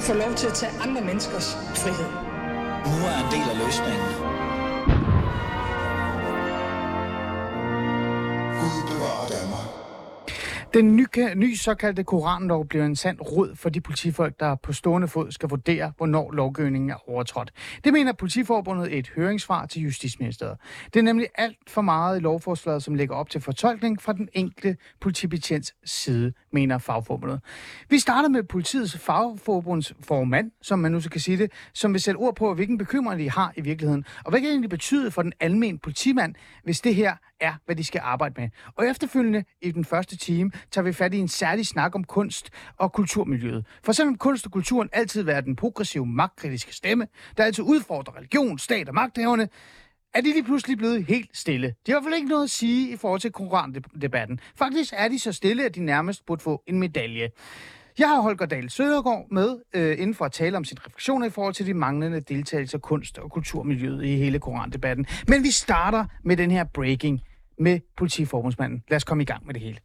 få lov til at tage andre menneskers frihed. Nu er en del af løsningen. Gud bevarer Danmark. Den nye såkaldte koranlov bliver en sand rod for de politifolk, der på stående fod skal vurdere, hvornår lovgivningen er overtrådt. Det mener Politiforbundet i et høringssvar til Justitsministeriet. Det er nemlig alt for meget i lovforslaget, som lægger op til fortolkning fra den enkelte politibetjents side, mener fagforbundet. Vi starter med politiets fagforbundsformand, som man nu så kan sige det, som vil sætte ord på, hvilken bekymring de har i virkeligheden, og hvad kan det egentlig betyde for den almene politimand, hvis det her er, hvad de skal arbejde med. Og efterfølgende i den første time tager vi fat i en særlig snak om kunst og kulturmiljøet. For selvom kunst og kulturen altid været den progressive, magtkritiske stemme, der altid udfordrer religion, stat og magthaverne, er de lige pludselig blevet helt stille. De har i hvert fald ikke noget at sige i forhold til korandebatten. Faktisk er de så stille, at de nærmest burde få en medalje. Jeg har Holger Dahl Sødergaard med inden for at tale om sine refleksioner i forhold til de manglende deltagelse af kunst- og kulturmiljøet i hele korandebatten. Men vi starter med den her breaking med politiforbundsmanden. Lad os komme i gang med det hele.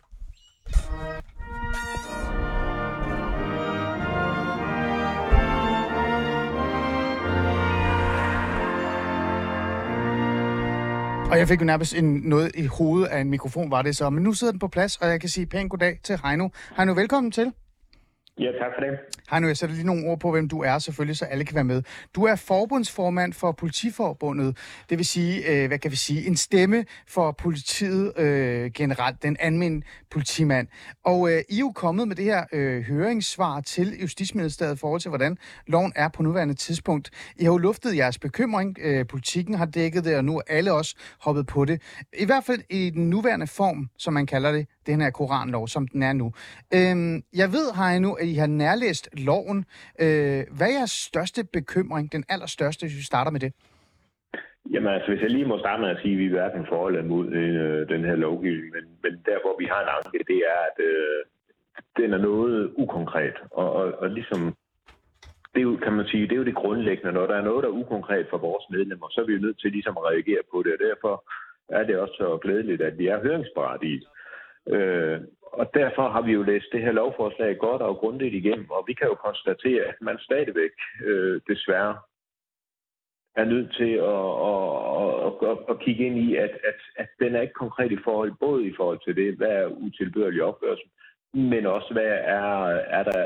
Og jeg fik jo nærmest noget i hovedet af en mikrofon, var det så. Men nu sidder den på plads, og jeg kan sige pænt goddag til Heino. Heino, velkommen til. Ja, tak for det. Heino, jeg sætter lige nogle ord på, hvem du er, selvfølgelig, så alle kan være med. Du er forbundsformand for Politiforbundet. Det vil sige, hvad kan vi sige, en stemme for politiet generelt, den almindelige politimand. Og I er jo kommet med det her høringssvar til Justitsministeriet i forhold til, hvordan loven er på nuværende tidspunkt. I har jo luftet jeres bekymring. Politikken har dækket det, og nu er alle også hoppet på det. I hvert fald i den nuværende form, som man kalder det, den her koranlov, som den er nu. Jeg ved, Heino, at I har nærlæst loven. Hvad er jeres største bekymring, den allerstørste, hvis vi starter med det? Jamen altså, hvis jeg lige må starte med at sige, at vi er hverken for eller imod den her lovgivning, men der, hvor vi har en anke, det er, at den er noget ukonkret. Og ligesom, det er jo, kan man sige, det er jo det grundlæggende. Når der er noget, der er ukonkret for vores medlemmer, så er vi jo nødt til ligesom at reagere på det, og derfor er det også så glædeligt, at vi er høringsberettigede. Og derfor har vi jo læst det her lovforslag godt og grundigt igennem, og vi kan jo konstatere, at man stadigvæk desværre er nødt til at kigge ind i, at den er ikke konkret i forhold, både i forhold til det, hvad er utilbørlig opførsel, men også hvad er der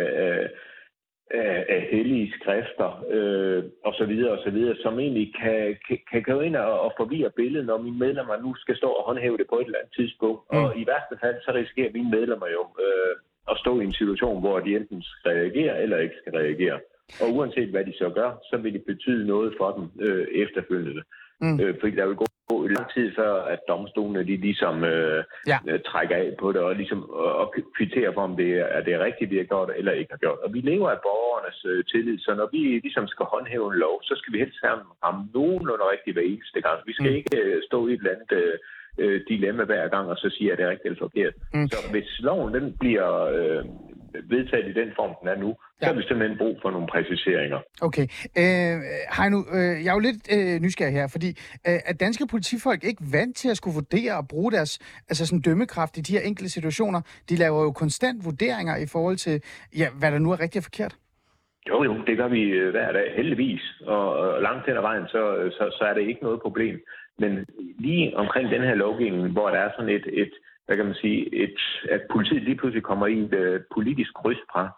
af hellige skrifter og så videre, som egentlig kan gå ind og forvirre billedet, når mine medlemmer nu skal stå og håndhæve det på et eller andet tidspunkt. Og i værste fald, så risikerer mine medlemmer jo at stå i en situation, hvor de enten skal reagere eller ikke skal reagere. Og uanset hvad de så gør, så vil det betyde noget for dem efterfølgende. Fordi der vil gå lang tid før, at domstolene de ligesom trækker af på det og ligesom og kvitterer for, om det er rigtigt, vi har gjort eller ikke har gjort. Og vi lever af borgernes tillid, så når vi ligesom skal håndhæve en lov, så skal vi helst have ham nogenlunde rigtigt hver eneste gang. Vi skal ikke stå i et eller andet dilemma hver gang og så sige, at det er rigtigt eller forkert. Så hvis loven den bliver vedtaget i den form, den er nu, så har vi simpelthen brug for nogle præciseringer. Okay. Heino, jeg er jo lidt nysgerrig her, fordi er danske politifolk ikke vant til at skulle vurdere og bruge deres sådan dømmekraft i de her enkelte situationer? De laver jo konstant vurderinger i forhold til, hvad der nu er rigtigt og forkert. Jo, det gør vi hver dag, heldigvis. Og langt hen ad vejen, så er det ikke noget problem. Men lige omkring den her lovgivning, hvor der er sådan et hvad kan man sige, at politiet lige pludselig kommer i et politisk krydspres.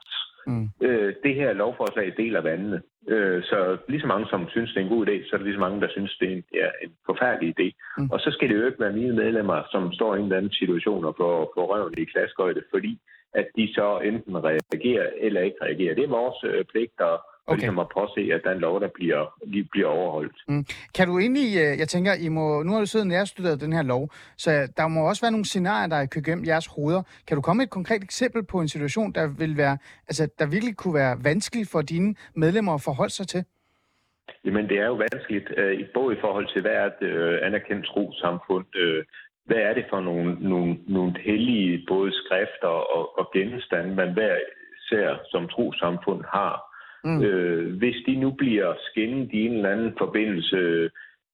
Det her lovforslag deler vandene. Så lige så mange, som synes, det er en god idé, så er der lige så mange, der synes, det er en forfærdelig idé. Og så skal det jo ikke være mine medlemmer, som står i en eller anden situation og får røven i klaskøjde, fordi at de så enten reagerer eller ikke reagerer. Det er vores pligt og ligesom at påse, at der er en lov, der bliver overholdt. Kan du egentlig, jeg tænker, nu har du siddet og nærstuderet den her lov, så der må også være nogle scenarier, der kan gennem jeres hoveder. Kan du komme med et konkret eksempel på en situation, der vil være, der virkelig kunne være vanskelig for dine medlemmer at forholde sig til? Jamen, det er jo vanskeligt, både i forhold til, hvad er et anerkendt trossamfund, hvad er det for nogle hellige både skrifter og genstande, man hver især som trossamfund har. Hvis de nu bliver skændet i en eller anden forbindelse,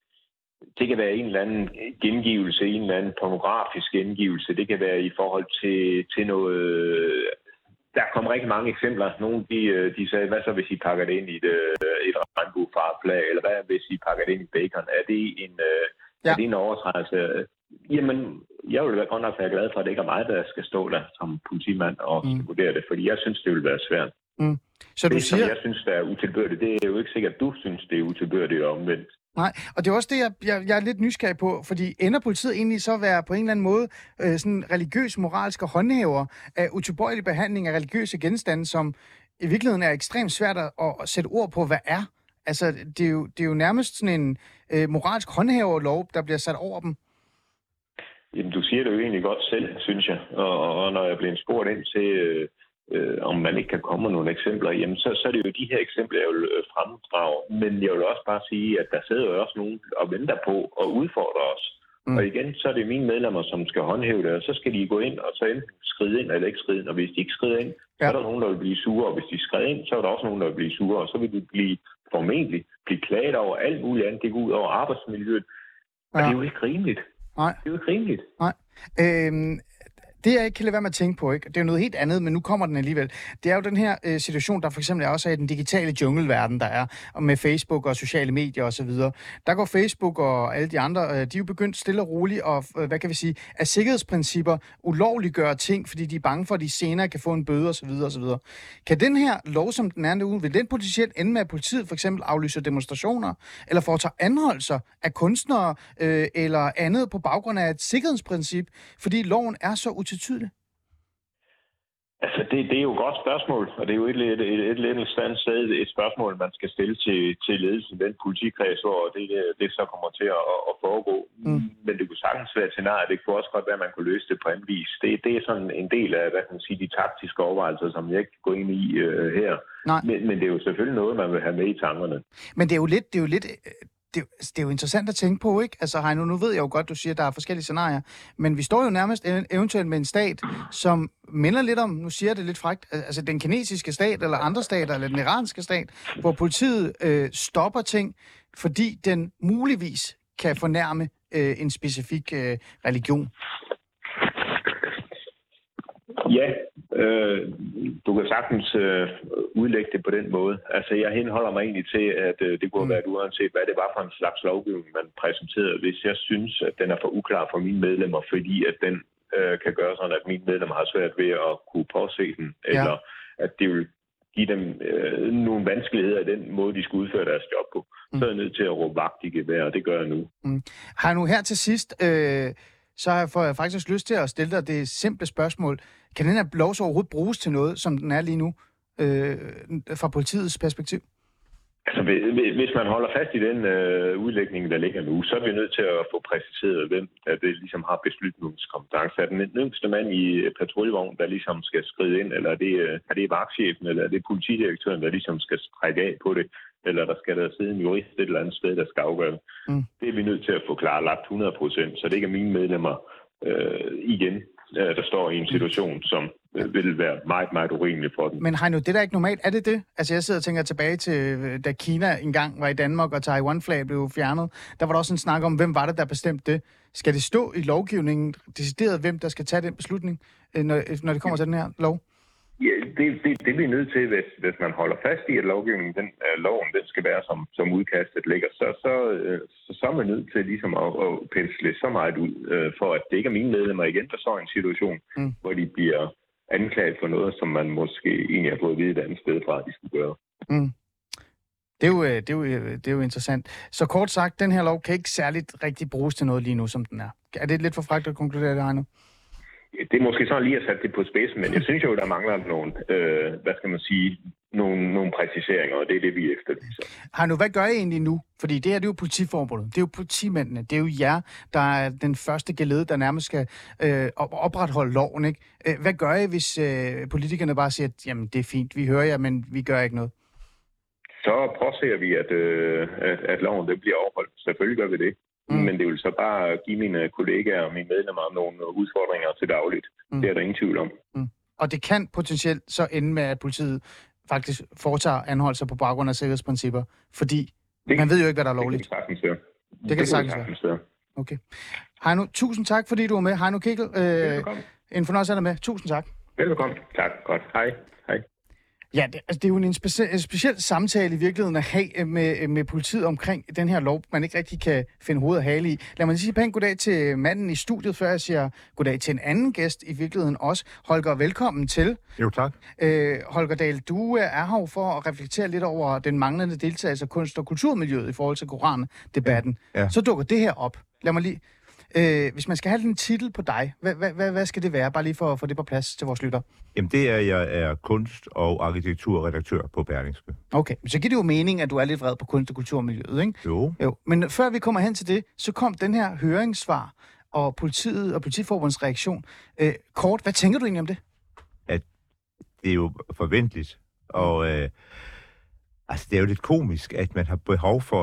det kan være en eller anden gengivelse, en eller anden pornografisk gengivelse, det kan være i forhold til noget, der kom rigtig mange eksempler. Nogle de sagde, hvad så hvis I pakker det ind i et regnbuefarvet, eller hvad hvis I pakker det ind i bacon? Er det en overtrædelse? Jamen, jeg vil godt nok være glad for, at det ikke er mig, der skal stå der som politimand og skal vurdere det, fordi jeg synes, det vil være svært. Så du siger... som jeg synes, der er utilbørligt, det er jo ikke sikkert, at du synes, det er utilbørligt omvendt. Nej, og det er også det, jeg er lidt nysgerrig på, fordi ender politiet egentlig så at være på en eller anden måde sådan religiøs, moralske håndhæver af utilbørlig behandling af religiøse genstande, som i virkeligheden er ekstremt svært at sætte ord på, hvad er? Altså, det er jo nærmest sådan en moralsk håndhæverlov, der bliver sat over dem. Jamen, du siger det jo egentlig godt selv, synes jeg. Og når jeg bliver spurgt ind til, om man ikke kan komme med nogle eksempler, jamen, så er det jo de her eksempler, jeg vil fremdrage. Men jeg vil også bare sige, at der sidder jo også nogen og venter på at udfordre os. Og igen, så er det mine medlemmer, som skal håndhæve det, og så skal de gå ind og så enten skride ind eller ikke skride ind. Og hvis de ikke skrider ind, så er der nogen, der vil blive sure. Og hvis de skrider ind, så er der også nogen, der vil blive sure. Og så vil de formentlig blive klaget over alt muligt andet. Det går ud over arbejdsmiljøet. Og det er jo ikke rimeligt. Nej. Det er jo ikke rimeligt. Nej. Det jeg ikke kan lade være med at tænke på, ikke? Det er jo noget helt andet, men nu kommer den alligevel. Det er jo den her situation, der for eksempel er også i den digitale jungleverden, der er, og med Facebook og sociale medier osv. Der går Facebook og alle de andre, de er jo begyndt stille og roligt og, hvad kan vi sige, af sikkerhedsprincipper ulovliggøre ting, fordi de er bange for, at de senere kan få en bøde osv. osv. Kan den her lov, som den er nu, vil den potentielt ende med, at politiet for eksempel aflyser demonstrationer, eller foretager anholdelser af kunstnere eller andet på baggrund af et sikkerhedsprincip, fordi loven er så utidelig? Altså, det er jo et godt spørgsmål, og det er jo et lidt sted et spørgsmål, man skal stille til ledelsen i den politikreds, hvor det så kommer til at foregå. Men det kunne sagtens være et scenarie, det kunne også godt være, at man kunne løse det på anden vis. Det er sådan en del af, hvad kan man sige, de taktiske overvejelser, som jeg ikke går ind i her. Men det er jo selvfølgelig noget, man vil have med i tankerne. Men det er jo lidt det er jo interessant at tænke på, ikke? Altså, Heino, nu ved jeg jo godt, du siger, at der er forskellige scenarier, men vi står jo nærmest eventuelt med en stat, som minder lidt om, nu siger jeg det lidt frækt, altså den kinesiske stat, eller andre stater, eller den iranske stat, hvor politiet stopper ting, fordi den muligvis kan fornærme en specifik religion. Ja, du kan sagtens udlægge det på den måde. Altså, jeg henholder mig egentlig til, at det kunne være uanset, hvad det var for en slags lovgivning, man præsenterede. Hvis jeg synes, at den er for uklar for mine medlemmer, fordi at den kan gøre sådan, at mine medlemmer har svært ved at kunne påse den, eller at det vil give dem nogle vanskeligheder i den måde, de skal udføre deres job på, så er jeg nødt til at råbe vagt i gevær, og det gør jeg nu. Har nu her til sidst... så får jeg faktisk lyst til at stille dig det simple spørgsmål. Kan den her lov så overhovedet bruges til noget, som den er lige nu, fra politiets perspektiv? Altså, hvis man holder fast i den udlægning, der ligger nu, så er vi nødt til at få præciseret, hvem der det ligesom har beslutningskompetence. Er den yngste mand i patruljevogn, der ligesom skal skride ind, eller er det vagtchefen, eller er det politidirektøren, der ligesom skal trække af på det, eller der skal der sidde en jurist et eller andet sted, der skal afgøre det. Det er vi nødt til at få klarlagt 100%, så det ikke er mine medlemmer igen, der står i en situation, som vil være meget, meget urimeligt for dem. Men Heino, det er da ikke normalt. Er det det? Altså, jeg sidder og tænker tilbage til, da Kina engang var i Danmark, og Taiwan-flag blev fjernet. Der var der også en snak om, hvem var det, der bestemte det. Skal det stå i lovgivningen, decideret, hvem der skal tage den beslutning, når det kommer til den her lov? Ja, det bliver nødt til, hvis man holder fast i, at lovgivningen, loven, den skal være som udkastet ligger, så er man nødt til ligesom at pensle så meget ud, for at det ikke er mine medlemmer igen, der står i en situation, hvor de bliver anklaget for noget, som man måske egentlig har fået at vide et andet sted fra, at de skulle gøre. Det er jo interessant. Så kort sagt, den her lov kan ikke særligt rigtig bruges til noget lige nu, som den er. Er det lidt for frækt at konkludere det, Heino? Det er måske sådan lige at sætte det på spidsen, men jeg synes jo, der mangler nogle, nogle præciseringer, og det er det, vi efterlyser. Heino, hvad gør I egentlig nu? Fordi det her, det er jo politiforbundet, det er jo politimændene, det er jo jer, der er den første gelede, der nærmest skal opretholde loven, ikke? Hvad gør I, hvis politikerne bare siger, at jamen, det er fint, vi hører jer, men vi gør ikke noget? Så påser vi, at loven det bliver overholdt. Selvfølgelig gør vi det. Men det vil så bare give mine kollegaer og mine medlemmer nogle udfordringer til dagligt. Det er der ingen tvivl om. Og det kan potentielt så ende med, at politiet faktisk foretager anholdelser på baggrund af sikkerhedsprincipper, fordi man ved jo ikke, hvad der er lovligt. Det kan det sagtens være. Okay. Heino, tusind tak, fordi du var med. Heino Kegel, en fornøjelse af dig med. Tusind tak. Velkommen. Tak. Godt. Hej. Hej. Ja, det er jo en speciel samtale i virkeligheden at have med politiet omkring den her lov, man ikke rigtig kan finde hoved og hale i. Lad mig lige sige pænt goddag til manden i studiet, før jeg siger goddag til en anden gæst i virkeligheden også. Holger, velkommen til. Jo, tak. Holger Dahl, du er her for at reflektere lidt over den manglende deltagelse af kunst- og kulturmiljøet i forhold til Koran-debatten. Ja. Så dukker det her op. Lad mig lige... hvis man skal have en titel på dig, hvad skal det være? Bare lige for at få det på plads til vores lytter. Jamen, jeg er kunst- og arkitekturredaktør på Berlingske. Okay, så giver det jo mening, at du er lidt vred på kunst- og kulturmiljøet, ikke? Jo. Men før vi kommer hen til det, så kom den her høringssvar og politiet og Politiforbundets reaktion. Kort, hvad tænker du egentlig om det? At det er jo forventeligt, og det er jo lidt komisk, at man har behov for,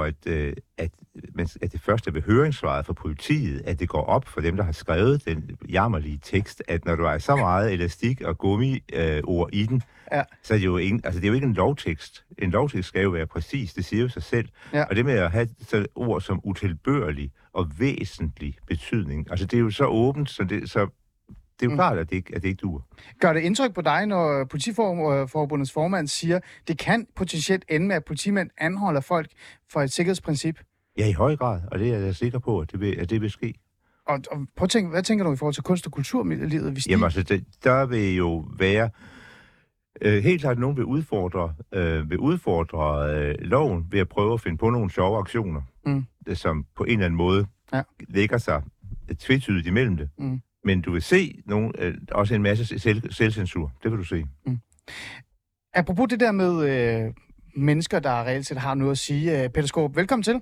at det første ved høringssvaret fra politiet, at det går op for dem, der har skrevet den jammerlige tekst, at når der er så meget elastik og gummiord i den, så er det jo ikke, det er jo ikke en lovtekst. En lovtekst skal jo være præcis, det siger jo sig selv. Ja. Og det med at have så ord som utilbørlig og væsentlig betydning, det er jo så åbent, så det er jo klart, at det ikke duer. Gør det indtryk på dig, når Politiforbundets formand siger, det kan potentielt ende med, at politimænd anholder folk for et sikkerhedsprincip? Ja, i høj grad, og det er jeg sikker på, at det vil ske. Og prøv at tænke, hvad tænker du i forhold til kunst- og kulturlivet? Hvis Jamen der vil jo være... helt klart, at nogen vil udfordre loven ved at prøve at finde på nogle sjove aktioner, som på en eller anden måde lægger sig tvetydigt imellem det. Men du vil se også en masse selvcensur. Det vil du se. Apropos det der med mennesker, der reelt set har noget at sige. Peter Skaarup, velkommen til.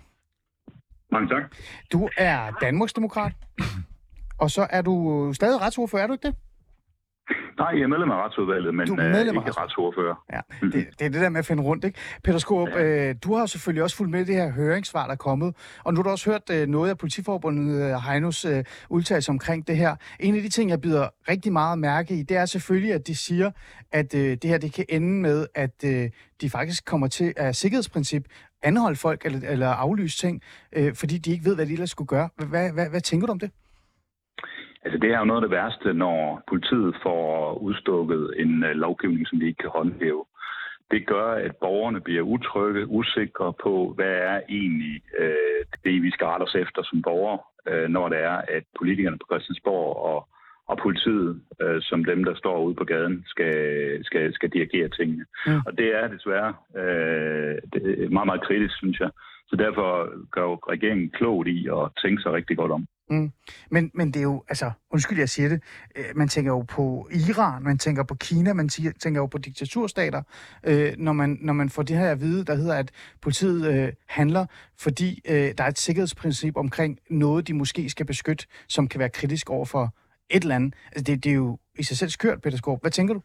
Mange tak. Du er Danmarksdemokrat, og så er du stadig retsordfører, er du ikke det? Nej, jeg er medlem af retsudvalget, men ikke retsordfører. Ja, det er det der med at finde rundt, ikke? Peter Skaarup, du har selvfølgelig også fulgt med det her høringssvar, der er kommet, og nu har du også hørt noget af Politiforbundet Heinos udtalelse omkring det her. En af de ting, jeg bider rigtig meget mærke i, det er selvfølgelig, at de siger, at det her det kan ende med, at de faktisk kommer til af sikkerhedsprincip anholde folk eller aflyse ting, fordi de ikke ved, hvad de ellers skulle gøre. Hvad tænker du om det? Altså, det er jo noget af det værste, når politiet får udstukket en lovgivning, som de ikke kan håndhæve. Det gør, at borgerne bliver utrygge, usikre på, hvad er egentlig det, vi skal rette os efter som borgere, når det er, at politikerne på Christiansborg og politiet, som dem, der står ude på gaden, skal dirigere tingene. Og det er desværre det er meget, meget kritisk, synes jeg. Så derfor gør regeringen klogt i at tænke sig rigtig godt om. Men det er jo, undskyld, jeg siger det, man tænker jo på Iran, man tænker på Kina, man tænker jo på diktaturstater, når man får det her at vide, der hedder, at politiet handler, fordi der er et sikkerhedsprincip omkring noget, de måske skal beskytte, som kan være kritisk over for et eller andet. Det er jo i sig selv skørt, Peter Skaarup. Hvad tænker du?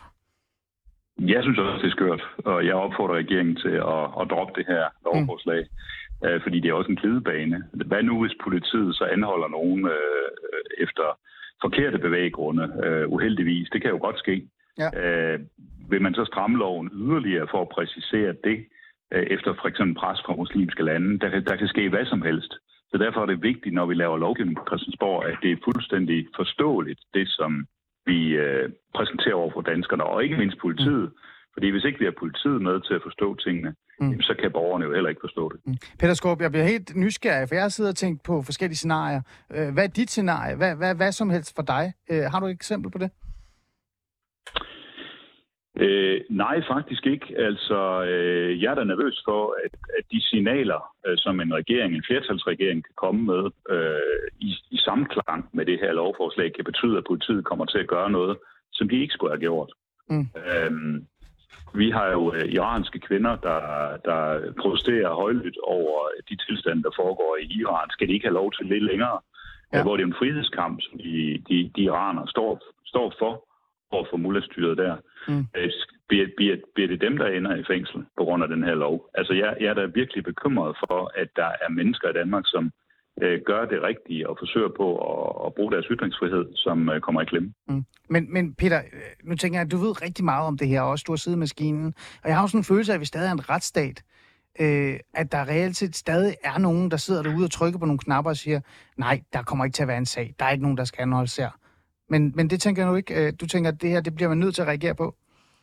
Jeg synes også, det er skørt, og jeg opfordrer regeringen til at droppe det her lovforslag. Fordi det er også en glidebane. Hvad nu, hvis politiet så anholder nogen efter forkerte bevæggrunde, uheldigvis? Det kan jo godt ske. Ja. Vil man så stramme loven yderligere for at præcisere det, efter for eksempel pres fra muslimske lande? Der kan ske hvad som helst. Så derfor er det vigtigt, når vi laver lovgivning på Christiansborg, at det er fuldstændig forståeligt, det som vi præsenterer over for danskerne, og ikke mindst politiet. Fordi hvis ikke vi har politiet med til at forstå tingene, så kan borgerne jo heller ikke forstå det. Peter Skaarup, jeg bliver helt nysgerrig, for jeg har siddet og tænkt på forskellige scenarier. Hvad er dit scenarie? Hvad som helst for dig? Har du et eksempel på det? Nej, faktisk ikke. Altså, jeg er da nervøs for, at de signaler, som en flertalsregering kan komme med i samklang med det her lovforslag, kan betyde, at politiet kommer til at gøre noget, som de ikke skulle have gjort. Vi har jo iranske kvinder, der protesterer højlydt over de tilstande, der foregår i Iran. Skal de ikke have lov til lidt længere? Ja. Hvor det er en frihedskamp, som de iranere står for mullastyret der. Bliver det dem, der ender i fængsel på grund af den her lov? Altså, jeg er da virkelig bekymret for, at der er mennesker i Danmark, som gør det rigtige og forsøger på at bruge deres ytringsfrihed, som kommer i klemme. Men Peter, nu tænker jeg, at du ved rigtig meget om det her også. Du har siddet i maskinen. Og jeg har også en følelse af, at vi stadig er en retsstat. At der reelt set stadig er nogen, der sidder derude og trykker på nogle knapper og siger, nej, der kommer ikke til at være en sag. Der er ikke nogen, der skal anholdes her. Men det tænker du ikke. Du tænker, at det her, det bliver man nødt til at reagere på?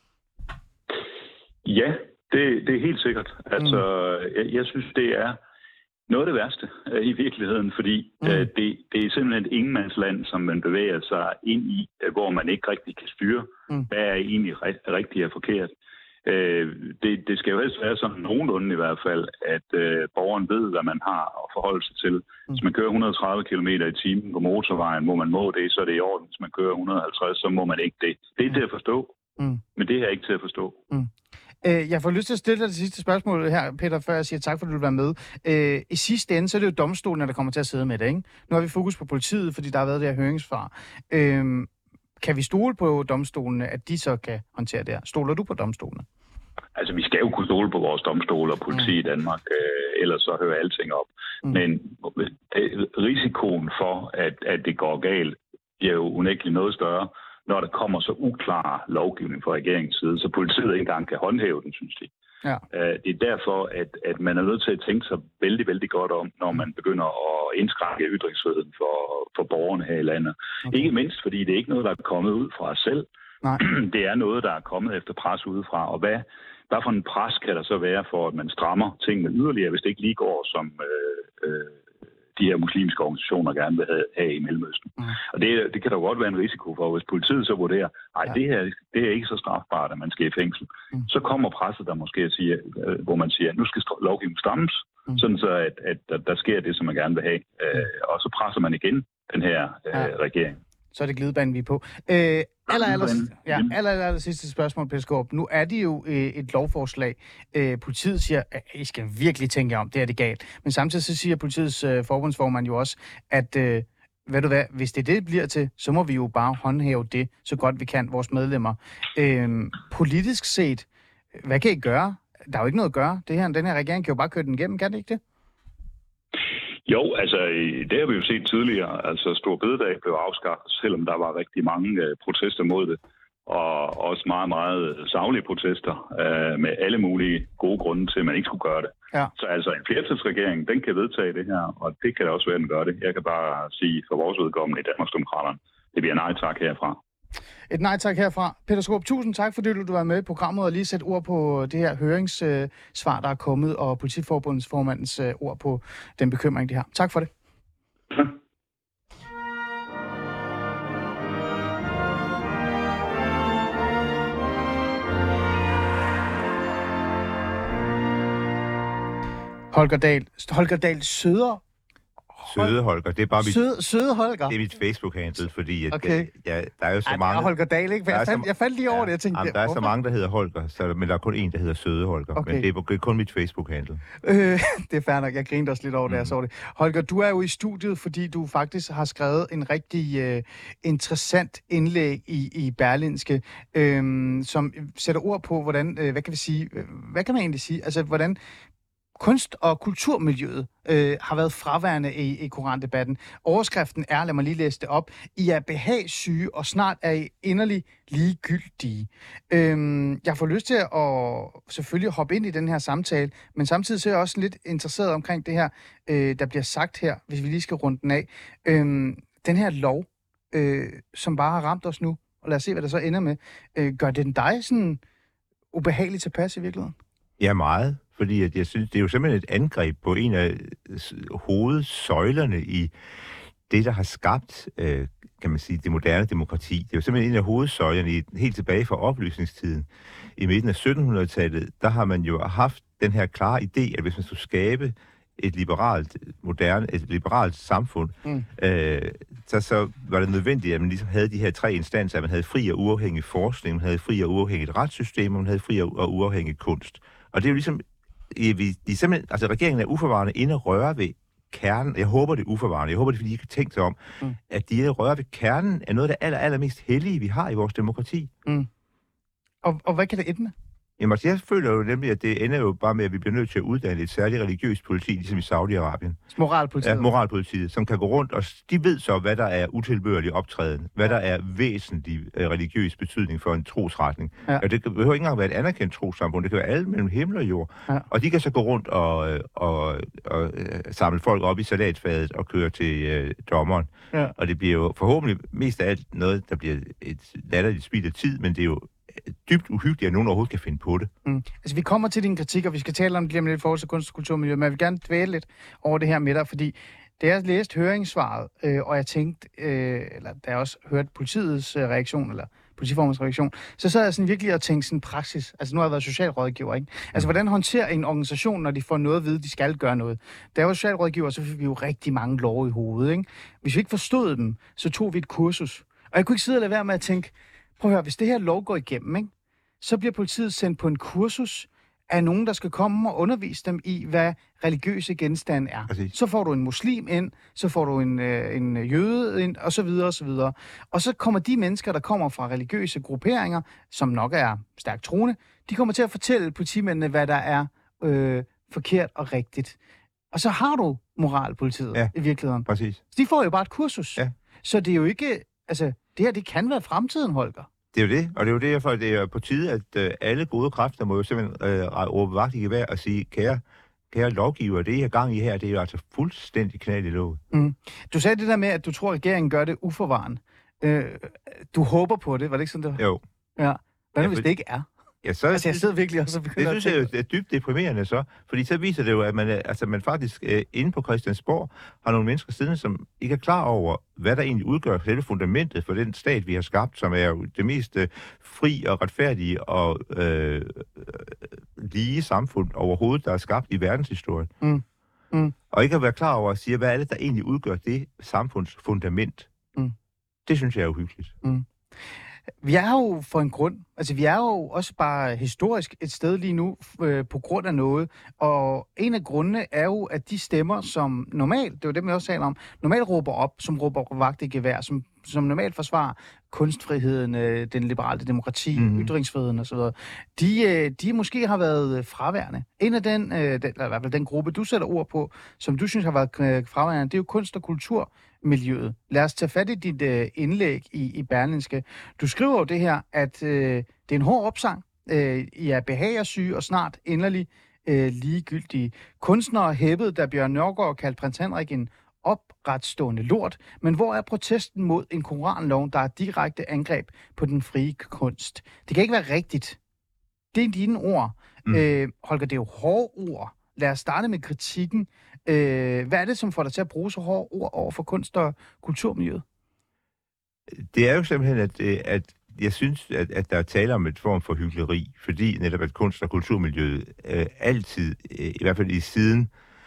Ja, det er helt sikkert. Altså, jeg synes, det er noget af det værste i virkeligheden, fordi det er simpelthen et ingenmandsland, som man bevæger sig ind i, hvor man ikke rigtig kan styre, hvad er egentlig rigtigt og forkert. Det skal jo helst være sådan nogenlunde i hvert fald, at borgeren ved, hvad man har at forholde sig til. Hvis man kører 130 km i timen på motorvejen, hvor man må det, så er det i orden. Hvis man kører 150, så må man ikke det. Det er til at forstå, men det her er ikke til at forstå. Jeg får lyst til at stille dig det sidste spørgsmål her, Peter, før jeg siger tak, for at du vil være med. I sidste ende, så er det jo domstolen, der kommer til at sidde med det, ikke? Nu har vi fokus på politiet, fordi der har været det her høringssvar. Kan vi stole på domstolene, at de så kan håndtere det her? Stoler du på domstolene? Altså, vi skal jo kunne stole på vores domstole og politi i Danmark, ellers så hører alting op. Men risikoen for, at det går galt, er jo unægteligt noget større, når der kommer så uklar lovgivning fra regeringens side, så politiet ikke engang kan håndhæve den, synes de. Ja. Det er derfor, at man er nødt til at tænke sig vældig, vældig godt om, når man begynder at indskrænke ytringsfriheden for borgerne her i landet. Okay. Ikke mindst, fordi det er ikke noget, der er kommet ud fra os selv. Nej. Det er noget, der er kommet efter pres udefra. Og hvad for en pres kan der så være for, at man strammer tingene yderligere, hvis det ikke lige går, som de her muslimske organisationer gerne vil have i Mellemøsten. Og det kan der godt være en risiko for, hvis politiet så vurderer, det er ikke så strafbart, at man skal i fængsel. Så kommer presset der måske at sige, hvor man siger, at nu skal lovgivningen strammes, sådan så at der sker det, som man gerne vil have. Og så presser man igen den her regering. Så er det glidebanen, vi er på. Aller sidste spørgsmål, Peter Skaarup. Nu er det jo et lovforslag. Politiet siger, at I skal virkelig tænke om, det er det galt. Men samtidig så siger politiets forbundsformand jo også, at ved du hvad, hvis det bliver til, så må vi jo bare håndhæve det, så godt vi kan, vores medlemmer. Politisk set, hvad kan I gøre? Der er jo ikke noget at gøre. Den her regering kan jo bare køre den igennem, kan det ikke det? Jo, altså det har vi jo set tidligere. Altså Store Bededag blev afskaffet, selvom der var rigtig mange protester mod det. Og også meget, meget saglige protester med alle mulige gode grunde til, at man ikke skulle gøre det. Ja. Så altså en flertalsregering, den kan vedtage det her, og det kan da også være, at den gør det. Jeg kan bare sige for vores udkommende i Danmarksdemokraterne, det bliver nej tak herfra. Et nej tak herfra. Peter Skaarup, tusind tak, fordi du var med i programmet og lige sætte ord på det her høringssvar, der er kommet, og Politiforbundets formandens ord på den bekymring, de har. Tak for det. Holger Dahl Søde Holger, det er bare Søde Holger. Det er mit Facebook-handle, fordi der er jo så mange... Det er Holger Dahl, ikke? Jeg faldt lige over det, jeg tænkte... der er så mange, der hedder Holger, men der er kun en, der hedder Søde Holger. Okay. Men det er kun mit Facebook-handle. Det er fair nok, jeg grinte også lidt over det, jeg så det. Holger, du er jo i studiet, fordi du faktisk har skrevet en rigtig interessant indlæg i Berlingske, som sætter ord på, hvordan, hvad kan man egentlig sige? Altså, hvordan kunst- og kulturmiljøet har været fraværende i korandebatten. Overskriften er, lad mig lige læse det op, I er behagssyge, og snart er I inderlig ligegyldige. Jeg får lyst til at selvfølgelig hoppe ind i den her samtale, men samtidig så er jeg også lidt interesseret omkring det her, der bliver sagt her, hvis vi lige skal runde den af. Den her lov, som bare har ramt os nu, og lad os se, hvad det så ender med. Gør den dig sådan ubehageligt tilpas i virkeligheden? Ja, meget. Fordi jeg synes, det er jo simpelthen et angreb på en af hovedsøjlerne i det, der har skabt, kan man sige, det moderne demokrati. Det er jo simpelthen en af hovedsøjlerne helt tilbage fra oplysningstiden. I midten af 1700-tallet, der har man jo haft den her klare idé, at hvis man skulle skabe et liberalt samfund, så var det nødvendigt, at man ligesom havde de her tre instanser, at man havde fri og uafhængig forskning, man havde fri og uafhængigt retssystem, og man havde fri og uafhængig kunst. Og det er jo ligesom regeringen er uforvarende inde og røre ved kernen. Jeg håber, det er uforvarende. Jeg håber, det er, fordi I ikke har tænkt sig om, at de inde og røre ved kernen er noget af det allermest hellige, vi har i vores demokrati. Og hvad kan det ende med? Jamen, altså, jeg føler jo nemlig, at det ender jo bare med, at vi bliver nødt til at uddanne et særligt religiøst politi, ligesom i Saudi-Arabien. Moralpolitiet. Ja, moralpolitiet, som kan gå rundt, og de ved så, hvad der er utilbørlig optræden, hvad der er væsentlig religiøs betydning for en trosretning. Ja. Og det behøver ikke engang være et anerkendt trossamfund, det kan være alle mellem himmel og jord. Ja. Og de kan så gå rundt og samle folk op i salatfadet og køre til dommeren. Ja. Og det bliver jo forhåbentlig mest af alt noget, der bliver et latterligt spild af tid, men det er jo dybt uhyggeligt, at nogen overhovedet kan finde på det. Altså, vi kommer til din kritik, og vi skal tale om det lige om lidt i forhold til kunst- og kulturmiljø, men jeg vil gerne dvæle lidt over det her med dig, fordi da jeg læste høringssvaret, og jeg tænkte, eller da jeg også hørte politiets reaktion, eller politiformens reaktion, så sad jeg sådan virkelig og tænkte sådan praksis. Altså, nu har jeg været socialrådgiver, ikke? Altså, hvordan håndterer en organisation, når de får noget at vide, de skal gøre noget? Da jeg var socialrådgiver, så fik vi jo rigtig mange love i hovedet, ikke? Hvis vi ikke forstod dem, så tog vi et kursus. Og jeg kunne ikke sidde og lade være med at tænke, prøv at høre, hvis det her lov går igennem, ikke, så bliver politiet sendt på en kursus af nogen, der skal komme og undervise dem i, hvad religiøse genstande er. Præcis. Så får du en muslim ind, så får du en jøde ind, og så videre, og så videre. Og så kommer de mennesker, der kommer fra religiøse grupperinger, som nok er stærkt troende, de kommer til at fortælle politimændene, hvad der er forkert og rigtigt. Og så har du moralpolitiet i virkeligheden. Præcis. Så de får jo bare et kursus. Ja. Så det er jo ikke... Altså, det her, det kan være fremtiden, Holger. Det er jo det, og det er jo derfor, det er på tide, at alle gode kræfter må jo simpelthen råbe vagt i gevær og sige, kære lovgiver, det I har gang i her, det er jo altså fuldstændig knald i låget. Du sagde det der med, at du tror, at regeringen gør det uforvarende. Du håber på det, var det ikke sådan, det var? Jo. Ja. Hvad hvis det ikke er? Ja, så, altså, jeg sidder virkelig også og begynder det synes jeg jo er dybt deprimerende så, fordi så viser det jo, at man faktisk inde på Christiansborg har nogle mennesker siddende, som ikke er klar over, hvad der egentlig udgør selve fundamentet for den stat, vi har skabt, som er jo det mest fri og retfærdige og lige samfund overhovedet, der er skabt i verdenshistorien. Og ikke at være klar over at sige, hvad er det, der egentlig udgør det samfunds fundament. Det synes jeg er uhyggeligt. Vi er jo for en grund. Altså, vi er jo også bare historisk et sted lige nu på grund af noget. Og en af grundene er jo, at de stemmer, som normalt, det var dem, jeg også taler om, normalt råber op, som råber vagt i gevær, som normalt forsvarer kunstfriheden, den liberale demokrati, ytringsfriheden osv., de måske har været fraværende. En af eller i hvert fald den gruppe, du sætter ord på, som du synes har været fraværende, det er jo kunst- og kulturmiljøet. Lad os tage fat i dit indlæg i Berlingske. Du skriver jo det her, at det er en hård opsang. I er behagersyge og snart inderlig ligegyldige. Kunstnere hæppede, da Bjørn Nørgaard kaldte prins Henrik en opretstående lort, men hvor er protesten mod en koranlov, der er direkte angreb på den frie kunst? Det kan ikke være rigtigt. Det er dine ord. Holger, det er jo hårde ord. Lad os starte med kritikken. Hvad er det, som får dig til at bruge så hårde ord over for kunst- og kulturmiljøet? Det er jo simpelthen, at jeg synes, at der er tale om et form for hykleri, fordi netop at kunst- og kulturmiljøet altid, i hvert fald i siden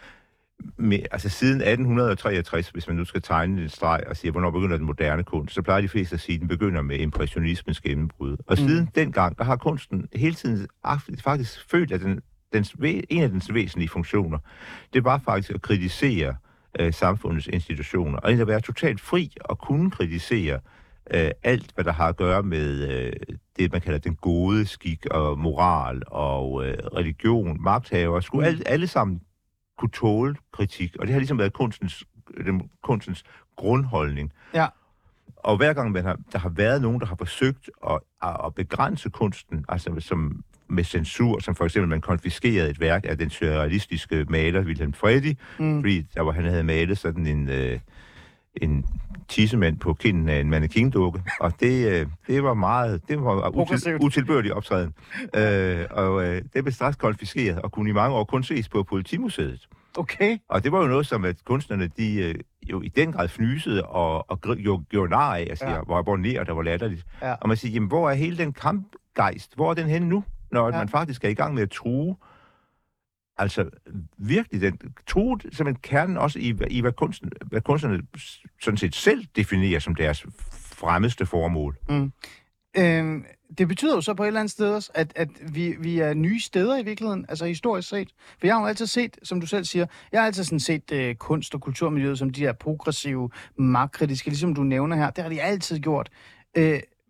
1863, hvis man nu skal tegne en streg og sige, hvornår begynder den moderne kunst, så plejer de fleste at sige, at den begynder med impressionismens gennembrud. Og siden dengang, der har kunsten hele tiden faktisk følt, at en af dens væsentlige funktioner, det var faktisk at kritisere samfundets institutioner, og at være totalt fri og kunne kritisere alt, hvad der har at gøre med det, man kalder den gode skik og moral og religion, magthaver, skulle alle sammen kunne tåle kritik, og det har ligesom været kunstens grundholdning. Ja. Og hver gang der har været nogen, der har forsøgt at begrænse kunsten, altså som med censur, som for eksempel man konfiskerede et værk af den surrealistiske maler Wilhelm Fredi, fordi han havde malet sådan en tissemand på kinden af en mannequin-dukke, og det var utilbørlig optræden. Det blev straks konfiskeret og kunne i mange år kun ses på Politimuseet. Okay. Og det var jo noget, som at kunstnerne, de jo i den grad fnysede og gjorde nar af, altså, hvor abonneret, der var latterligt. Ja. Og man siger, jamen, hvor er hele den kampgejst? Hvor er den henne nu, når man faktisk er i gang med at true? Altså virkelig, den true som kernen også i hvad kunstnerne sådan set selv definerer som deres fremmeste formål. Det betyder jo så på et eller andet sted også, at vi er nye steder i virkeligheden, altså historisk set. For jeg har jo altid set, som du selv siger, jeg har altid sådan set kunst- og kulturmiljøet som de her progressive, magtkritiske, ligesom du nævner her. Det har de altid gjort.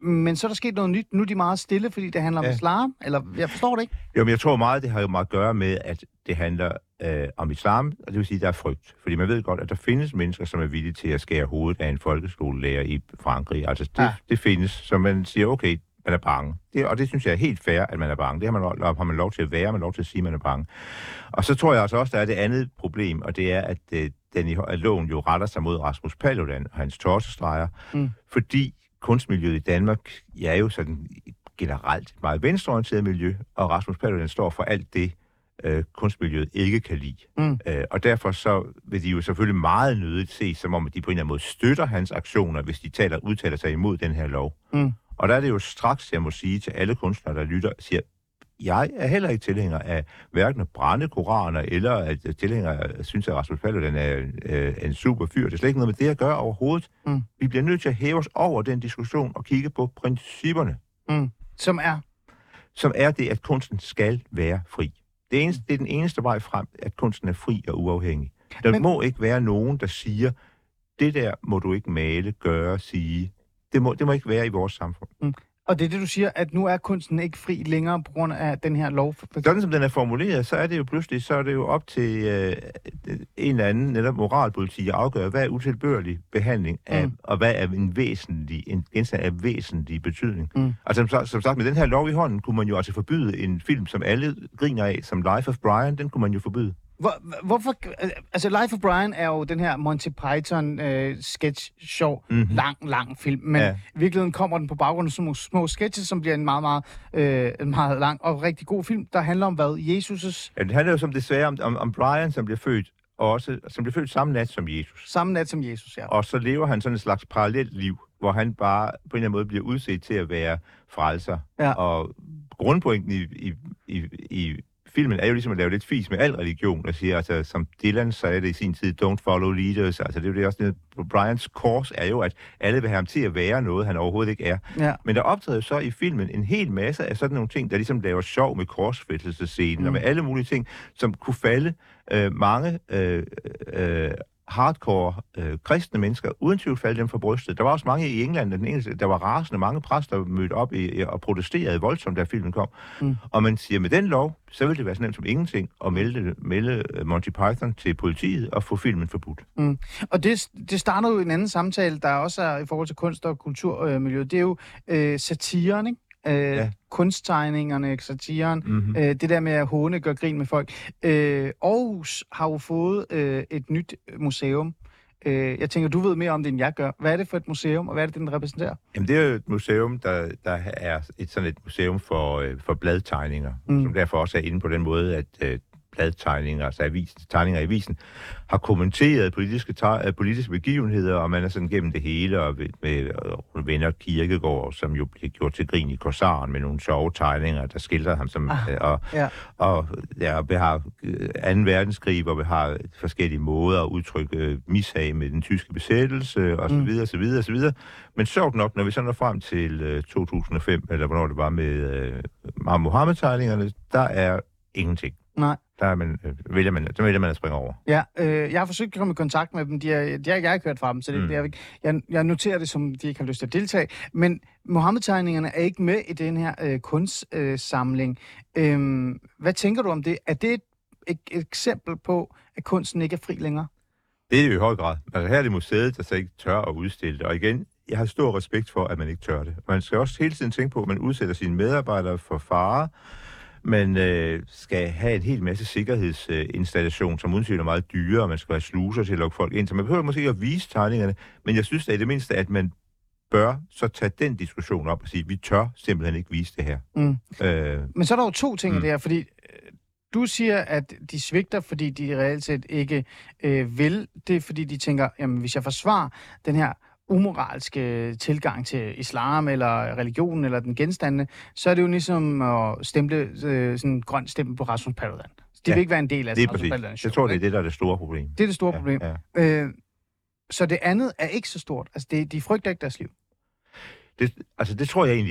Men så er der sket noget nyt. Nu er de meget stille, fordi det handler om islam. Eller, jeg forstår det ikke. Jo, men jeg tror meget, det har jo meget at gøre med, at det handler om islam, og det vil sige, at der er frygt. Fordi man ved godt, at der findes mennesker, som er villige til at skære hovedet af en folkeskolelærer i Frankrig. Altså, det findes, så man siger, okay, man er bange. Og det synes jeg er helt fair, at man er bange. Det har man lov til at være, man har lov til at sige, at man er bange. Og så tror jeg altså også, der er det andet problem, og det er, at loven jo retter sig mod Rasmus Paludan og hans torsestreger, fordi kunstmiljøet i Danmark er jo sådan generelt et meget venstreorienteret miljø, og Rasmus Paludan står for alt det, kunstmiljøet ikke kan lide. Og derfor så vil de jo selvfølgelig meget nødigt se, som om de på en eller anden måde støtter hans aktioner, hvis de udtaler sig imod den her lov. Og der er det jo straks, jeg må sige til alle kunstnere, der lytter, siger, jeg er heller ikke tilhænger af hverken at brænde koraner, eller at tilhængere synes, at Rasmus Paludan er en super fyr. Det er slet ikke noget med det at gøre overhovedet. Vi bliver nødt til at hæve os over den diskussion og kigge på principperne. Som er det, at kunsten skal være fri. Det er den eneste vej frem, at kunsten er fri og uafhængig. Der må ikke være nogen, der siger, det der må du ikke male, gøre, sige. Det må ikke være i vores samfund. Og det er det, du siger, at nu er kunsten ikke fri længere på grund af den her lov? Sådan som den er formuleret, så er det jo pludselig op til en eller anden netop moralpoliti at afgøre, hvad er utilbørlig behandling af, og hvad er en genstand af væsentlig betydning. Altså som sagt, med den her lov i hånden, kunne man jo altså forbyde en film, som alle griner af, som Life of Brian, den kunne man jo forbyde. Hvorfor? Altså, Life of Brian er jo den her Monty Python sketch-show, lang film, men i virkeligheden kommer den på baggrund af sådan nogle små sketches, som bliver en meget lang og rigtig god film, der handler om hvad? Jesus'? Ja, det handler jo som desværre om Brian, som bliver født samme nat som Jesus. Samme nat som Jesus, ja. Og så lever han sådan et slags parallelt liv, hvor han bare på en eller anden måde bliver udset til at være frelser. Ja. Og grundpointen i filmen er jo ligesom at lave lidt fis med al religion, og siger, altså, som Dylan sagde det i sin tid, don't follow leaders. Altså, det er jo det også, Brians kors er jo, at alle vil have ham til at være noget, han overhovedet ikke er. Ja. Men der optræder så i filmen en hel masse af sådan nogle ting, der ligesom laver sjov med korsfæstelsescenen, og med alle mulige ting, som kunne falde mange hardcore kristne mennesker, uden tvivl falde dem for brystet. Der var også mange i England, der var rasende, mange præster mødte op og protesterede voldsomt, da filmen kom. Og man siger, med den lov, så vil det være så nemt som ingenting at melde Monty Python til politiet og få filmen forbudt. Og det starter jo en anden samtale, der også er i forhold til kunst- og kulturmiljøet. Det er jo satiren, ikke? Kunsttegningerne, satiren, det der med at håne, gøre grin med folk. Aarhus har jo fået et nyt museum. Jeg tænker, du ved mere om det, end jeg gør. Hvad er det for et museum, og hvad er det, den repræsenterer? Jamen, det er jo et museum, der er sådan et museum for bladtegninger, som derfor også er inde på den måde, at bladtegninger, altså tegninger i avisen, har kommenteret politiske begivenheder, og man er sådan gennem det hele, og med venner Kierkegaard, som jo blev gjort til grin i Korsaren med nogle sjove tegninger, der skildrer ham som... vi har 2. verdenskrig, hvor vi har forskellige måder at udtrykke mishag med den tyske besættelse, og så videre, så videre, så videre. Men sjovt nok, når vi så når frem til 2005, eller hvornår det var med Mohammed-tegningerne, der er ingenting. Nej. Der vælger man at springe over. Ja, jeg har forsøgt at komme i kontakt med dem. Jeg har ikke hørt fra dem, så jeg noterer det, som de ikke har lyst til at deltage. Men Mohammed-tegningerne er ikke med i den her kunstsamling. Hvad tænker du om det? Er det et eksempel på, at kunsten ikke er fri længere? Det er jo i høj grad. Altså her er det museet, der så ikke tør at udstille det. Og igen, jeg har stor respekt for, at man ikke tør det. Man skal også hele tiden tænke på, at man udsætter sine medarbejdere for fare. Man skal have en hel masse sikkerhedsinstallation, som uden tvivl er meget dyre, og man skal have sluser til at lukke folk ind. Så man behøver måske ikke at vise tegningerne, men jeg synes da i det mindste, at man bør så tage den diskussion op og sige, at vi tør simpelthen ikke vise det her. Men så er der jo to ting i det her, fordi du siger, at de svigter, fordi de reelt set ikke vil det, fordi de tænker, jamen hvis jeg forsvarer den her umoralske tilgang til islam eller religionen eller den genstande, så er det jo ligesom at stemple sådan en grøn stempel på Rasmus Paludan. De vil ikke være en del af Rasmus Paludan. Jeg tror, det er det, der er det store problem. Det er det store problem. Ja. Så det andet er ikke så stort. Altså, de frygter ikke deres liv. Det tror jeg egentlig ikke.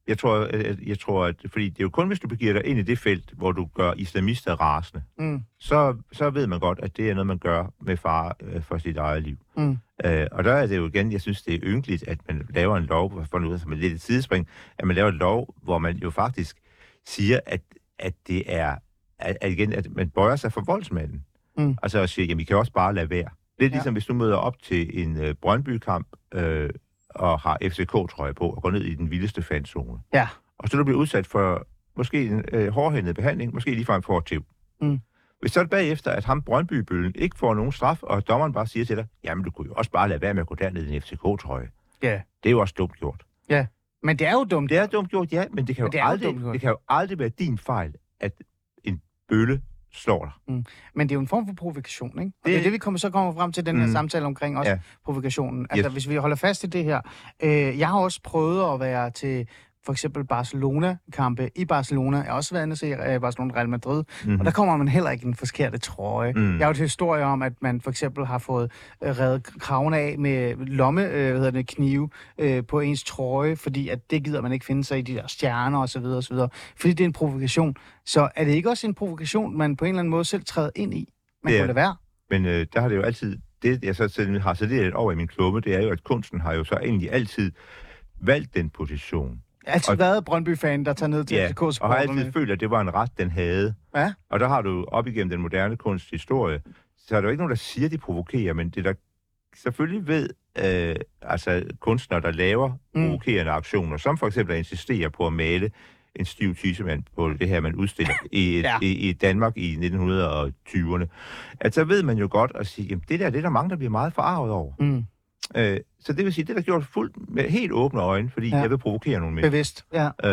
Jeg tror, at fordi det er jo kun, hvis du begiver dig ind i det felt, hvor du gør islamister rasende, så ved man godt, at det er noget, man gør med fare for sit eget liv. Og der er det jo igen, jeg synes, det er ynkeligt, at man laver en lov, for nu som et lidt sidespring, at man laver en lov, hvor man jo faktisk siger, at det er, at man bøjer sig for voldsmanden. Altså at sige, jamen, I kan også bare lade være. Det er ligesom, hvis du møder op til en Brøndby-kamp, og har FCK-trøje på, og går ned i den vildeste fanzone. Ja. Og så du bliver udsat for måske en hårdhændet behandling, måske ligefrem for tæv. Hvis så er det bagefter, at ham Brøndby-bøllen ikke får nogen straf, og dommeren bare siger til dig, jamen du kunne jo også bare lade være med at gå derned i en FCK-trøje. Ja. Det er jo også dumt gjort. Ja, men det er jo dumt. Det er dumt gjort, ja, men det kan jo aldrig være din fejl, at en bølle slår dig. Men det er jo en form for provokation, ikke? Og det er det, vi kommer frem til den her samtale omkring også provokationen. Altså, hvis vi holder fast i det her. Jeg har også prøvet at være til for eksempel Barcelona-kampe i Barcelona. Jeg har også været inde og se Barcelona Real Madrid, og der kommer man heller ikke en forkerte trøje. Jeg har jo et historie om, at man for eksempel har fået revet kraven af med knive på ens trøje, fordi at det gider man ikke finde sig i de der stjerner osv. Fordi det er en provokation. Så er det ikke også en provokation, man på en eller anden måde selv træder ind i? Man kunne det være. Men der har det jo altid, det jeg så har så det over i min klumme, det er jo, at kunsten har jo så egentlig altid valgt den position. Jeg har altid været Brøndby-fan, der tager ned til FCK-sporterne. Og har altid følt, at det var en ret, den havde. Ja. Og der har du op igennem den moderne kunsthistorie, så er der jo ikke nogen, der siger, de provokerer, men det der selvfølgelig ved kunstnere, der laver provokerende aktioner, som for eksempel at insistere på at male en stiv tissemand på det her, man udstiller i Danmark i 1920'erne. At så ved man jo godt at sige, jamen det er der mange, der bliver meget forarvet over. Så det vil sige, det der gjort fuldt med helt åbne øjne, fordi jeg vil provokere nogle mennesker. Bevidst,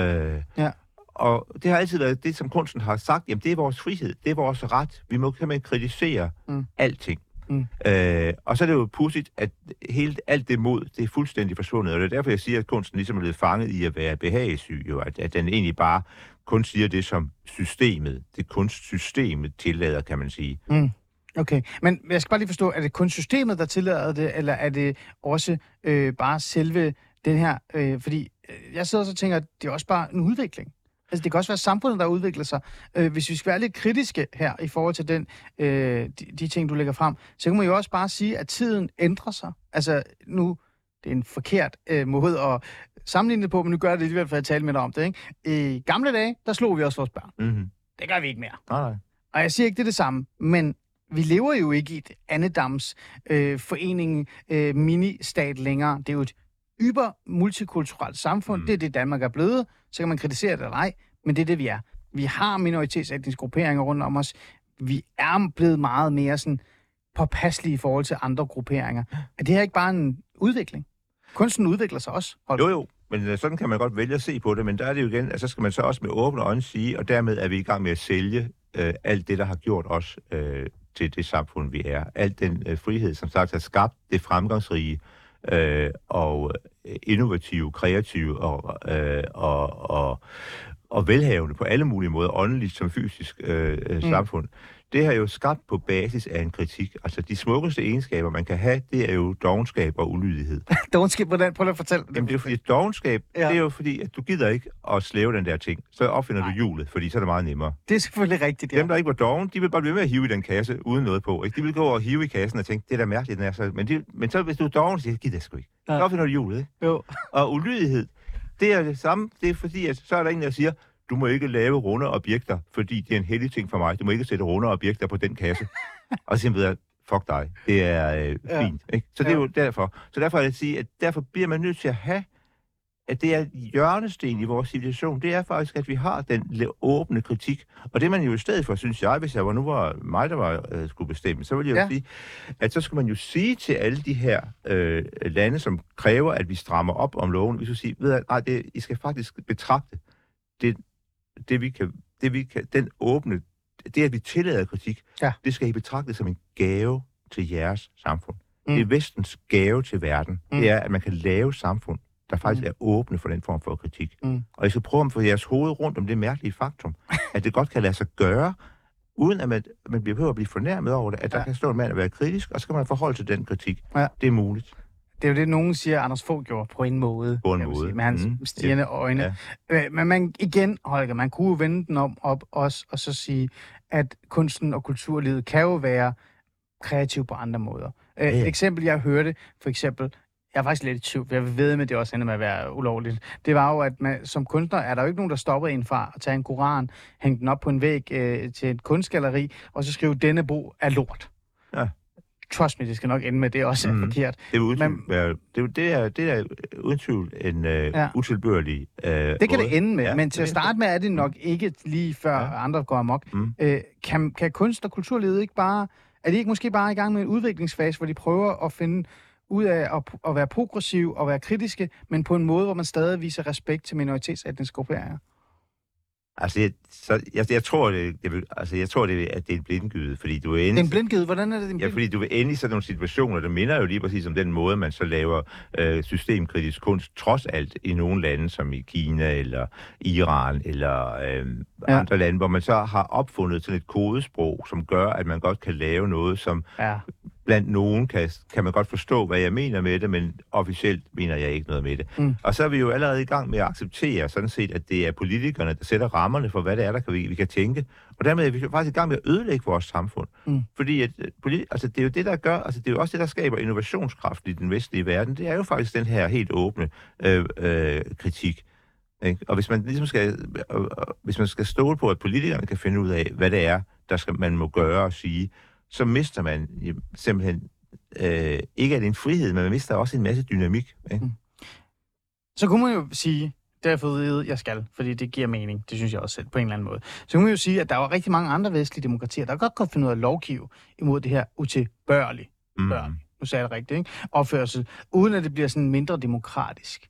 Og det har altid været det, som kunsten har sagt, jamen det er vores frihed, det er vores ret. Vi må simpelthen kritisere alting. Og så er det jo pudsigt, at alt det mod, det er fuldstændig forsvundet. Og det er derfor, jeg siger, at kunsten ligesom er blevet fanget i at være behagesyg, jo. At den egentlig bare kun siger det, som det kunstsystemet tillader, kan man sige. Okay, men jeg skal bare lige forstå, er det kun systemet, der tillader det, eller er det også bare selve den her, fordi jeg sidder og tænker, at det er også bare en udvikling. Altså det kan også være samfundet, der udvikler sig. Hvis vi skal være lidt kritiske her i forhold til de ting, du lægger frem, så kan man jo også bare sige, at tiden ændrer sig. Altså nu, det er en forkert måde at sammenligne det på, men nu gør jeg det alligevel, for at tale med dig om det, ikke? I gamle dage, der slog vi også vores børn. Det gør vi ikke mere. Nej. Og jeg siger ikke, det er det samme, men vi lever jo ikke i et andedams forening, mini-stat længere. Det er jo et multikulturelt samfund. Det er det, Danmark er blevet. Så kan man kritisere det eller ej, men det er det, vi er. Vi har minoritetsetniske grupperinger rundt om os. Vi er blevet meget mere sådan påpasselige i forhold til andre grupperinger. Er det her ikke bare en udvikling? Kunsten udvikler sig også. Jo, men sådan kan man godt vælge at se på det, men der er det jo igen, så skal man så også med åbne øjne sige, og dermed er vi i gang med at sælge alt det, der har gjort os til det samfund, vi er. Alt den frihed, som sagt, har skabt det fremgangsrige og innovative, kreative og velhavende på alle mulige måder, åndeligt som fysisk samfund. Det har jo skabt på basis af en kritik. Altså, de smukkeste egenskaber, man kan have, det er jo dovenskab og ulydighed. Dovenskab, hvordan? Prøv at fortælle det. Jamen, det er jo fordi, dovenskab, det er jo fordi, at du gider ikke at slæve den der ting. Så opfinder du hjulet, fordi så er det meget nemmere. Det er selvfølgelig rigtigt, ja. Dem, der ikke var doven, de vil bare blive med at hive i den kasse, uden noget på. Ikke? De vil gå over og hive i kassen og tænke, det er da mærkeligt, den er så... Men så, hvis du er doven, så siger gider jeg sgu ikke. Så opfinder du hjulet, ikke? Jo. Og ulydighed, det er det samme. Det er fordi, at så er der en, der siger, du må ikke lave runde objekter, fordi det er en hellig ting for mig. Du må ikke sætte runde objekter på den kasse. Og så siger man, fuck dig. Det er fint. Ikke? Så det er jo derfor. Så derfor er det at sige, at derfor bliver man nødt til at have, at det er hjørnesten i vores civilisation. Det er faktisk, at vi har den åbne kritik. Og det man jo i stedet for, synes jeg, hvis jeg nu var mig, der skulle bestemme, så ville jeg jo sige, at så skulle man jo sige til alle de her lande, som kræver, at vi strammer op om loven, vi skulle sige, ved at I skal faktisk betragte den åbne, det at vi tillader kritik, det skal I betragte som en gave til jeres samfund. Det er vestens gave til verden. Det er, at man kan lave samfund, der faktisk er åbne for den form for kritik. Og I skal prøve at få jeres hoved rundt om det mærkelige faktum, at det godt kan lade sig gøre, uden at man behøver at blive fornærmet over det, at der kan stå en mand og være kritisk, og så kan man forholde til den kritik. Det er muligt. Det er jo det, nogen siger, Anders Fogh gjorde på en måde. På en måde. Sige, med hans stirrende øjne. Ja. Men man, igen, Holger, man kunne jo vende den op også, og så sige, at kunsten og kulturlivet kan jo være kreativ på andre måder. Et eksempel, jeg hørte, for eksempel, jeg er faktisk lidt i tvivl, jeg ved, at det også ender med at være ulovligt. Det var jo, at man, som kunstner er der jo ikke nogen, der stopper en fra at tage en koran, hænge den op på en væg til et kunstgalleri, og så skrive, denne bog er lort. Ja. Trust me, det skal nok ende med, det også er forkert. Det er uden tvivl en utilbørlig det kan det ende med, men til at starte med er det nok ikke lige før andre går amok. Kan kunst- og kulturlivet ikke bare... Er de ikke måske bare i gang med en udviklingsfase, hvor de prøver at finde ud af at være progressiv og være kritiske, men på en måde, hvor man stadig viser respekt til minoritetsetniske grupperinger? Altså, jeg tror, at det er en blindgyde, fordi du er inde... En blindgyde? Hvordan er det en blindgyde? Ja, fordi du vil ende i sådan nogle situationer, der minder jo lige præcis om den måde, man så laver systemkritisk kunst, trods alt i nogle lande, som i Kina eller Iran eller andre lande, hvor man så har opfundet sådan et kodesprog, som gør, at man godt kan lave noget, som blandt nogen kan man godt forstå, hvad jeg mener med det, men officielt mener jeg ikke noget med det. Og så er vi jo allerede i gang med at acceptere sådan set, at det er politikerne, der sætter rammerne for, hvad det er, der vi kan tænke. Og dermed er vi faktisk i gang med at ødelægge vores samfund. Fordi at, det er jo det, der gør, altså det er jo også det, der skaber innovationskraft i den vestlige verden. Det er jo faktisk den her helt åbne kritik. Ikke? Og hvis man ligesom skal stole på, at politikerne kan finde ud af, hvad det er, man må gøre og sige, så mister man simpelthen ikke er det en frihed, men man mister også en masse dynamik. Ikke? Så kunne man jo sige, derfor jeg skal, fordi det giver mening, det synes jeg også selv på en eller anden måde. Så kunne man jo sige, at der var rigtig mange andre vestlige demokratier, der godt kunne finde ud af at lovgive imod det her utilbørlige børn. Nu sagde jeg det rigtigt, ikke? Opførsel, uden at det bliver sådan mindre demokratisk.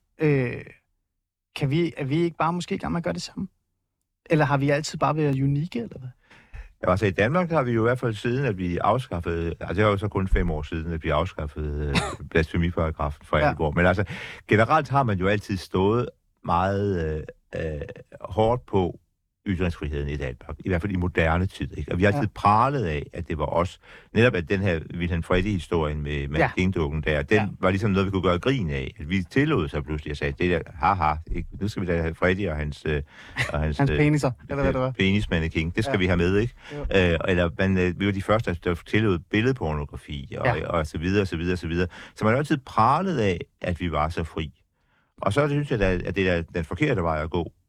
Er vi ikke bare måske i gang med at gøre det samme? Eller har vi altid bare været unikke, eller hvad? Ja, altså i Danmark har vi jo i hvert fald siden, at vi afskaffede, altså det var jo så kun 5 år siden, at vi afskaffede blasfemiparagrafen for alvor. Men altså generelt har man jo altid stået meget hårdt på ytringsfriheden i Danmark, i hvert fald i moderne tid. Ikke? Og vi har altid pralet af, at det var os. Netop at den her Wilhelm Freddy-historien med King-dukken der, den var ligesom noget, vi kunne gøre grin af. At vi tillod sig pludselig og sagde, det der, haha, ikke? Nu skal vi da have Freddy og hans peniser, eller hvad det var. Penismannequin, det skal vi have med, ikke? Vi var de første, der tillod billedpornografi, og så videre, og så videre, og så videre. Så man har altid pralet af, at vi var så fri. Og så synes jeg, at det er den forkerte vej at gå,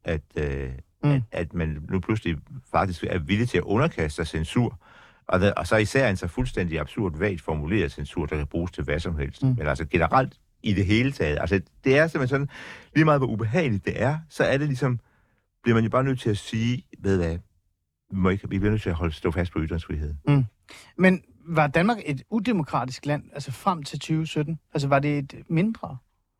at man nu pludselig faktisk er villig til at underkaste sig censur, og så især en så fuldstændig absurd, vagt formuleret censur, der kan bruges til hvad som helst. Men altså generelt i det hele taget. Altså det er simpelthen sådan, lige meget hvor ubehageligt det er, så er det ligesom, bliver man jo bare nødt til at sige, ved hvad, vi bliver nødt til at stå fast på ytringsfriheden. Men var Danmark et udemokratisk land, altså frem til 2017? Altså var det et mindre?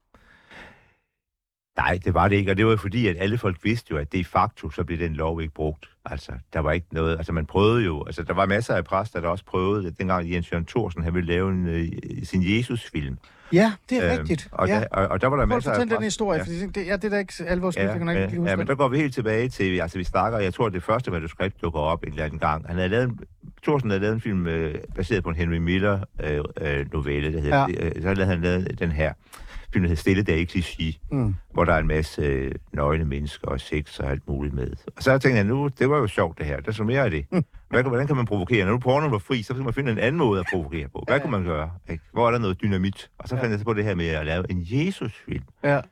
Nej, det var det ikke, og det var fordi, at alle folk vidste jo, at de facto, så blev den lov ikke brugt. Altså, der var ikke noget, altså man prøvede jo, altså der var masser af præster, der også prøvede, dengang Jens Jørgen Thorsen, han ville lave sin Jesus-film. Ja, det er rigtigt. Og der var der masser af præster. Den historie, fordi det er der ikke alle vores ikke huske. Ja, men der går vi helt tilbage til, altså vi snakker, jeg tror, det første manuskript dukker op en eller anden gang. Thorsen havde lavet en film baseret på en Henry Miller novelle, der hedder, så havde han lavet den her film, der hedder Stille Dag Clichy, hvor der er en masse nøgne mennesker og sex og alt muligt med. Og så tænkte jeg, nu, det var jo sjovt det her, der så mere af det. Hvordan kan man provokere? Når nu pornoen var fri, så skal man finde en anden måde at provokere på. Hvad kunne man gøre? Ikke? Hvor er der noget dynamit? Og så fandt jeg så på det her med at lave en Jesus-film.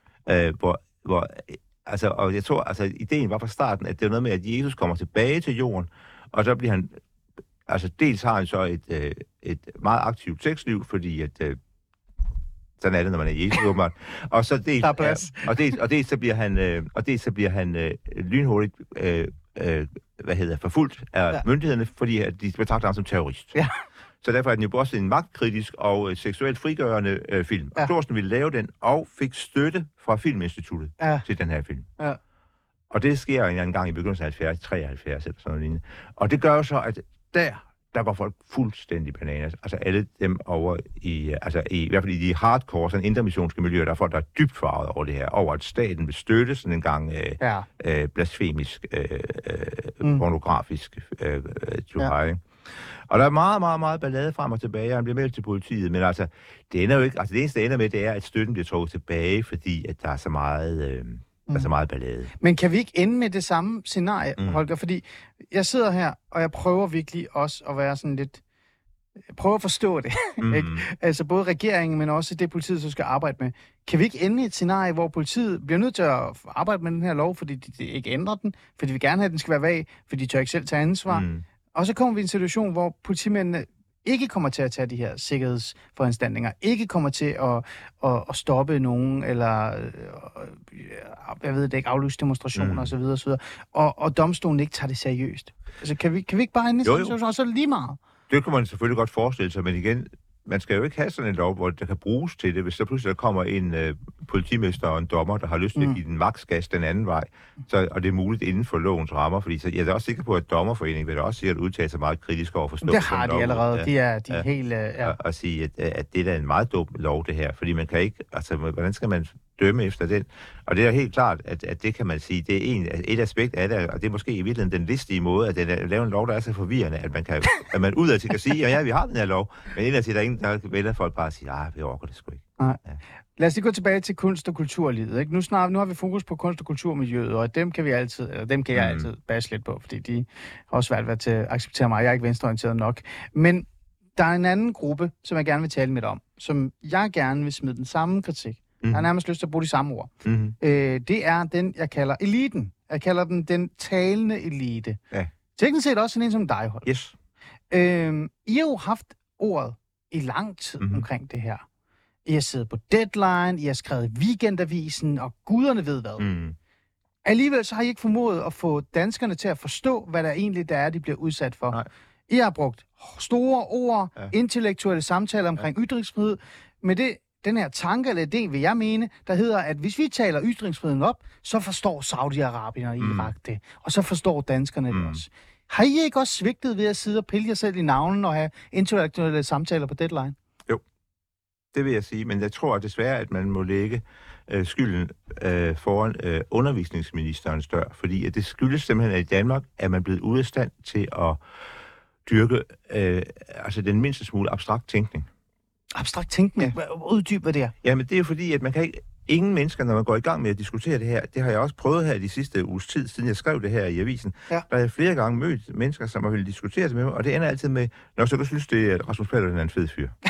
Og jeg tror, altså ideen var fra starten, at det var noget med, at Jesus kommer tilbage til jorden, og så bliver han, altså dels har han så et meget aktivt sexliv, fordi at sådan er det, når man er Jesus, åbenbart. Og så dels så bliver han lynhurtigt forfulgt af myndighederne, fordi at de betragter ham som terrorist. Ja. Så derfor er den jo også en magtkritisk og seksuelt frigørende film. Ja. Thorsen ville lave den, og fik støtte fra Filminstituttet til den her film. Ja. Og det sker en anden gang i begyndelsen af 73 eller sådan noget. Og det gør jo så, at der går folk fuldstændig bananas. Altså alle dem over i hvert fald i de hardcore, sådan intermissionske miljøer, der er folk, der er dybt farvet over det her, over at staten vil støtte sådan en gang blasfemisk, pornografisk Og der er meget, meget, meget ballade frem og tilbage, og han bliver meldt til politiet, men altså, det ender jo ikke, altså det eneste, der ender med, det er, at støtten bliver trukket tilbage, fordi at der er så meget, der er så meget ballade. Men kan vi ikke ende med det samme scenarie, Holger? Fordi jeg sidder her, og jeg prøver virkelig også at være sådan lidt... Jeg prøver at forstå det, ikke? Altså både regeringen, men også det politiet, så skal arbejde med. Kan vi ikke ende i et scenarie, hvor politiet bliver nødt til at arbejde med den her lov, fordi de ikke ændrer den, fordi de vil gerne have, at den skal være vag, fordi de tør ikke selv tage ansvar. Og så kommer vi i en situation, hvor politimændene ikke kommer til at tage de her sikkerhedsforanstaltninger, ikke kommer til at stoppe nogen, eller jeg ved det ikke, aflyse demonstrationer osv. osv. Og domstolen ikke tager det seriøst. Altså kan vi ikke bare ende i sådan en situation, og så er det lige meget? Det kunne man selvfølgelig godt forestille sig, men igen, man skal jo ikke have sådan en lov, hvor der kan bruges til det. Hvis der pludselig kommer en politimester og en dommer, der har lyst til at give den maksgas den anden vej, og det er muligt inden for lovens rammer, fordi så, jeg er også sikker på, at dommerforeningen vil da også sikkert udtale sig meget kritisk over for det har de allerede. De er helt... Og sige, at det er en meget dum lov, det her, fordi man kan ikke... Altså, hvordan skal man dømme efter den? Og det er helt klart, at det kan man sige, det er et aspekt af det, og det er måske i virkeligheden den listige måde, at lave en lov, der er så forvirrende, at man udadtil kan sige, ja, vi har den her lov, men indadtil der er ingen, der vælger folk bare at sige, vi overgår det sgu ikke. Ja. Lad os lige gå tilbage til kunst- og kulturlivet. Ikke? Nu har vi fokus på kunst- og kulturmiljøet, og dem kan jeg altid bashe lidt på, fordi de har også svært ved at acceptere mig. Jeg er ikke venstreorienteret nok. Men der er en anden gruppe, som jeg gerne vil tale med om, som jeg gerne vil smide den samme kritik. Jeg har nærmest lyst til at bruge de samme ord. Det er den, jeg kalder eliten. Jeg kalder den talende elite. Ja. Teknisk set også sådan en som dig, Holger. Yes. I har jo haft ordet i lang tid omkring det her. I har siddet på Deadline, I har skrevet i Weekendavisen, og guderne ved hvad. Alligevel så har I ikke formået at få danskerne til at forstå, hvad der egentlig er, de bliver udsat for. Nej. I har brugt store ord, intellektuelle samtaler omkring ytringsfrihed. Med den her tanke eller idé, vil jeg mene, der hedder, at hvis vi taler ytringsfriheden op, så forstår Saudi-Arabien og Irak det. Og så forstår danskerne det også. Har I ikke også svigtet ved at sidde og pille jer selv i navnen og have intellektuelle samtaler på Deadline? Jo, det vil jeg sige. Men jeg tror desværre, at man må lægge skylden foran undervisningsministerens dør. Fordi at det skyldes simpelthen, at i Danmark er man blevet ude af stand til at dyrke den mindste smule abstrakt tænkning. Abstrakt tænkning? Ja. Uddyb, hvad det er? Jamen, det er jo fordi, at man kan ikke... Ingen mennesker, når man går i gang med at diskutere det her, det har jeg også prøvet her de sidste uges tid, siden jeg skrev det her i avisen, der har jeg flere gange mødt mennesker, som har ville diskutere det med mig, og det ender altid med, når så du synes, det er Rasmus Paludan er en fed fyr.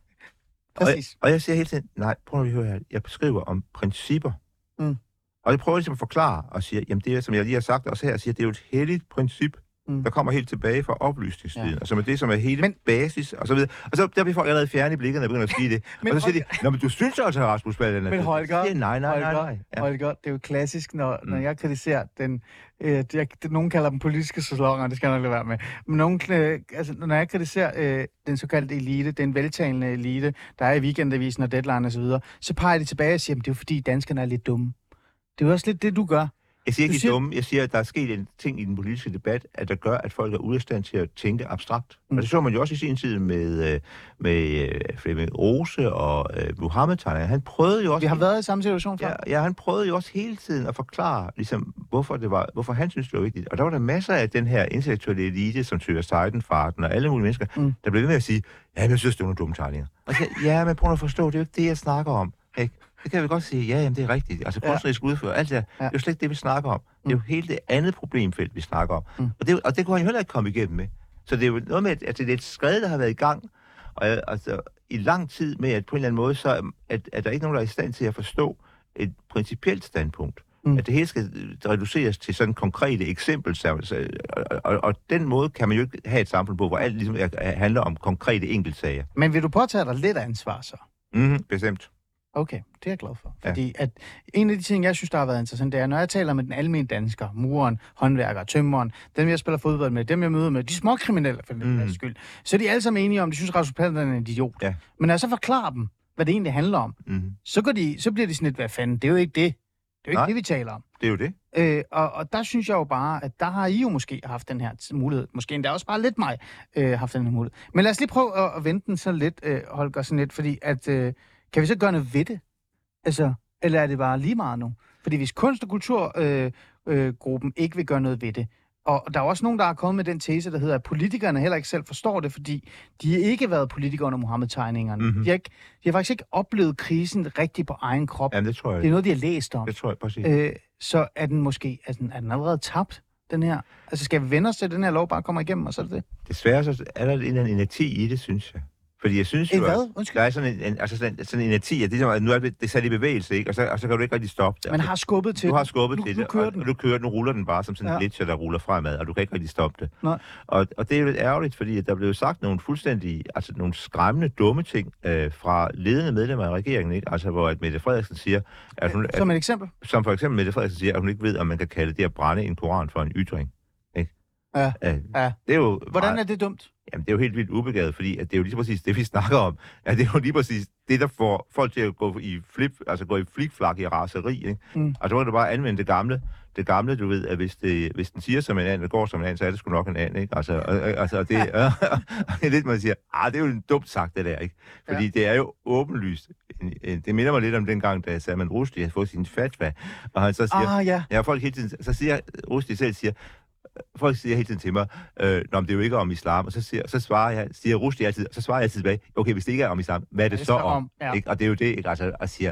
og jeg siger hele tiden, nej, prøv at høre her, jeg beskriver om principper. Og jeg prøver ligesom at forklare og siger, jamen det er, som jeg lige har sagt også her, siger, det er jo et helligt princip, der kommer helt tilbage fra oplysningstiden, og som er det, som er hele basis, og så videre. Og så der bliver folk allerede fjerne i blikkerne og begynder at sige det. Og så siger de, men du synes altså, Rasmus Paludan er... Men Holger, nej. Ja. Holger, det er jo klassisk, når jeg kritiserer den... nogen kalder dem politiske salonger, det skal jeg nok lade være med. Men når jeg kritiserer den såkaldte elite, den veltalende elite, der er i Weekendavisen og Deadline osv., så peger de tilbage og siger, at det er jo fordi danskerne er lidt dumme. Det er jo også lidt det, du gør. Jeg siger ikke, dumme. Jeg siger, at der er sket en ting i den politiske debat, at der gør, at folk er ude af stand til at tænke abstrakt. Og det så man jo også i sin tid med Flemming Rose og Muhammed-tegneren. Han prøvede jo også... Vi har været i samme situation før. Ja, han prøvede jo også hele tiden at forklare, ligesom, hvorfor han synes, det var vigtigt. Og der var der masser af den her intellektuelle elite, som Tøger Seidenfarten og alle mulige mennesker, der blev ved med at sige, ja, men jeg synes, det var nogle dumme tegninger. Og så ja, men prøv at forstå, det er jo ikke det, jeg snakker om. Ikke? Det kan vi godt sige, ja, jamen, det er rigtigt. Altså kunstnerisk udføre, alt det der, det er jo slet ikke det, vi snakker om. Det er jo helt det andet problemfelt, vi snakker om. Og det kunne han jo heller ikke komme igennem med. Så det er jo noget med, at det er et skred, der har været i gang, og altså, i lang tid med, at på en eller anden måde, så at der ikke nogen, der er i stand til at forstå et principielt standpunkt. At det hele skal reduceres til sådan konkrete eksempler. Og den måde kan man jo ikke have et samfund på, hvor alt ligesom handler om konkrete enkeltsager. Men vil du påtage dig lidt ansvar så? Bestemt. Okay, det er jeg glad for. Fordi at en af de ting, jeg synes, der har været interessant, det er, når jeg taler med den almindelige dansker, mureren, håndværker, tømmeren, dem jeg spiller fodbold med, dem jeg møder med, de små kriminelle for den skyld, så er de alle sammen enige om, de synes, Rasmus Paludan er en idiot. Ja. Men når jeg så forklarer dem, hvad det egentlig handler om, så bliver de sådan lidt, hvad fanden, det er jo ikke det. Det er jo ikke det, vi taler om. Det er jo det. Og der synes jeg jo bare, at der har I jo måske haft den her mulighed. Måske endda også bare lidt mig haft den her mulighed. Men lad os lige prøve at vente den så lidt, Holger, sådan lidt, fordi at... kan vi så gøre noget ved det? Altså, eller er det bare lige meget nu? Fordi hvis kunst- og kulturgruppen ikke vil gøre noget ved det, Og der er også nogen, der har kommet med den tese, der hedder, at politikerne heller ikke selv forstår det, fordi de har ikke været politikere under Mohammed-tegningerne. Mhm. De har faktisk ikke oplevet krisen rigtig på egen krop. Jamen, det tror jeg. Det er noget, de har læst om. Det tror jeg præcis. Så er den måske er den allerede tabt, den her? Altså, skal vi vende os til, at den her lov bare kommer igennem, og så er det det? Desværre så er der en eller anden energi i det, synes jeg. Fordi jeg synes jo, hvad? at Undskyld. der er sådan en energi, at nu er det sat i bevægelse, ikke? Og så kan du ikke rigtig stoppe det. Man har skubbet til Du har skubbet til nu det, kører den. og nu ruller den bare som sådan en glitcher, der ruller fremad, og du kan ikke rigtig stoppe det. Nej. Og det er jo lidt ærgerligt, fordi der blev sagt nogle fuldstændig, altså nogle skræmmende, dumme ting fra ledende medlemmer af regeringen, ikke? Altså hvor at Mette Frederiksen siger, at hun... Som et eksempel? Som for eksempel Mette Frederiksen siger, at hun ikke ved, om man kan kalde det at brænde en koran for en ytring. Ikke? Ja. Det er jo Hvordan er det dumt? Jamen, det er jo helt vildt ubegavet, fordi at det er jo lige præcis det, vi snakker om. Ja, det er jo lige præcis det, der får folk til at gå i flikflak i raseri, ikke? Altså, må du bare anvende det gamle, du ved, at hvis den siger som en and, og går som en and, så er det sgu nok en and, ikke? Altså det er lidt, man siger, det er jo dumt sagt, det der, ikke? Fordi det er jo åbenlyst. Det minder mig lidt om dengang, da Salman Rushdie havde fået sin fatwa, og han så siger, folk hele tiden, så siger Rushdie selv, folk siger hele tiden til mig, det er jo ikke om islam, og så siger Rushdie altid, så svarer jeg altid tilbage, okay, hvis det ikke er om islam, hvad er det så om? Ja. Ikke? Og det er jo det, ikke? Altså, og siger,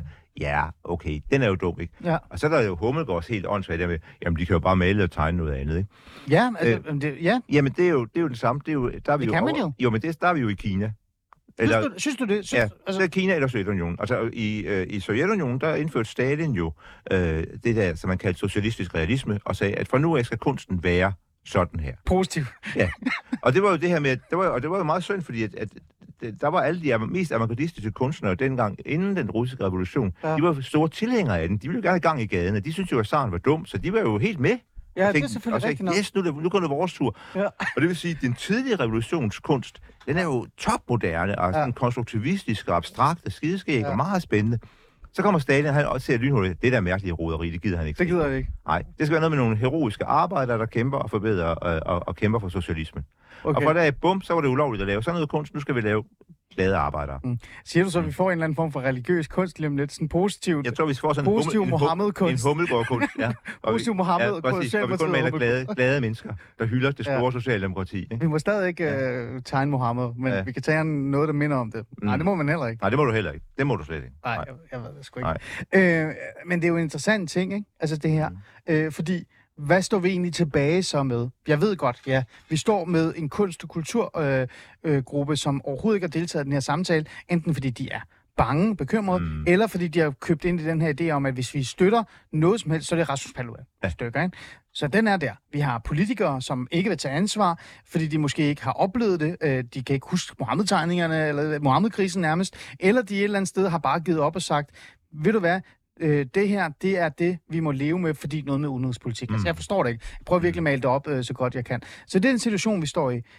okay, den er jo dum, ikke? Ja. Og så er der jo Hummelgaards helt åndssvagt der med, jamen, de kan jo bare male og tegne noget andet, ikke? Ja, Jamen, det er jo det samme, der er vi det jo kan man jo. Jo, men der er vi jo i Kina. Synes du det? Det er Kina eller Sovjetunionen. Altså, i Sovjetunionen, der indførte Stalin jo det der, som man kaldte socialistisk realisme, og sagde, at fra nu af skal kunsten være sådan her. Positiv. Ja, og det var jo det her med, det var jo meget synd, fordi at der var alle de mest avantgardistiske kunstnere dengang, inden den russiske revolution, de var store tilhængere af den. De ville gerne i gang i gaden, og de syntes jo, at zaren var dum, så de var jo helt med. Ja, det er selvfølgelig rigtigt nok. Yes, nu går det vores tur. Ja. Og det vil sige, at den tidlige revolutionskunst, den er jo topmoderne, og sådan konstruktivistisk og abstrakt og skideskæg og meget spændende. Så kommer Stalin, han også ser lynhurtigt, det der mærkelige roderi, det gider han ikke. Det gider jeg ikke. Nej, det skal være noget med nogle heroiske arbejdere, der kæmper og forbedrer og kæmper for socialismen. Okay. Og fra der bum, så var det ulovligt at lave sådan noget kunst. Nu skal vi lave glade arbejdere. Siger du så, at vi får en eller anden form for religiøs kunst lige om lidt? Sådan positivt. Jeg tror, vi får sådan en Mohammed-kunst. En Hummelgaard-kunst, ja. Positiv Mohammed-kunst. Og vi kun maler glade mennesker, der hylder det store socialdemokrati. Ikke? Vi må stadig ikke tegne Mohammed, men vi kan tage noget, der minder om det. Nej, det må man heller ikke. Nej, det må du heller ikke. Det må du slet ikke. Nej, jeg ved det sgu ikke. Men det er jo en interessant ting, ikke? Altså det her. Fordi hvad står vi egentlig tilbage så med? Jeg ved godt, vi står med en kunst- og kulturgruppe, som overhovedet ikke har deltaget i den her samtale, enten fordi de er bange, bekymrede, eller fordi de har købt ind i den her idé om, at hvis vi støtter noget som helst, så er det Rasmus Paludan stykker, ikke? Så den er der. Vi har politikere, som ikke vil tage ansvar, fordi de måske ikke har oplevet det. De kan ikke huske Mohammed-tegningerne, eller Mohammed-krisen nærmest, eller de et eller andet sted har bare givet op og sagt, ved du hvad, det her, det er det, vi må leve med, fordi noget med udenrigspolitik. Altså, jeg forstår det ikke. Jeg prøver virkelig at male det op, så godt jeg kan. Så det er en situation, vi står i.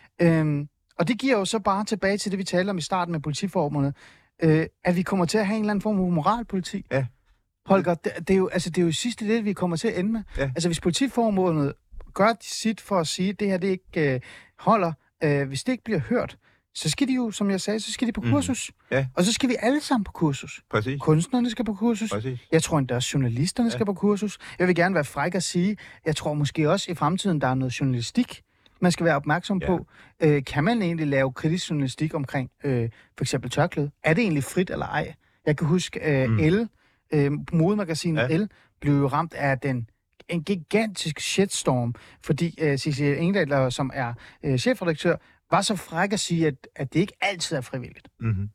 Og det giver jo så bare tilbage til det, vi talte om i starten med politiforbundet, at vi kommer til at have en eller anden form for moralpolitik. Ja. Holger, det er jo sidste det, vi kommer til at ende med. Ja. Altså, hvis politiforbundet gør sit for at sige, at det her det ikke holder, hvis det ikke bliver hørt, så skal de jo, som jeg sagde, så skal de på kursus. Ja. Og så skal vi alle sammen på kursus. Præcis. Kunstnerne skal på kursus. Præcis. Jeg tror endda også journalisterne skal på kursus. Jeg vil gerne være fræk at sige, jeg tror måske også i fremtiden, der er noget journalistik, man skal være opmærksom på. Kan man egentlig lave kritisk journalistik omkring for eksempel tørklæde? Er det egentlig frit eller ej? Jeg kan huske, modemagasinet El blev ramt af en gigantisk shitstorm, fordi Cecilie Engdahl, som er chefredaktør, var så fræk at sige, at det ikke altid er frivilligt. Mm-hmm.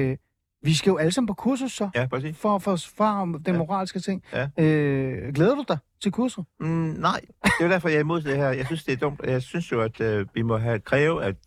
Vi skal jo alle sammen på kursus så, for den moralske ting. Ja. Glæder du dig til kurset? Nej, det er jo derfor, jeg er imod det her. Jeg synes, det er dumt. Jeg synes jo, at vi må kræve, at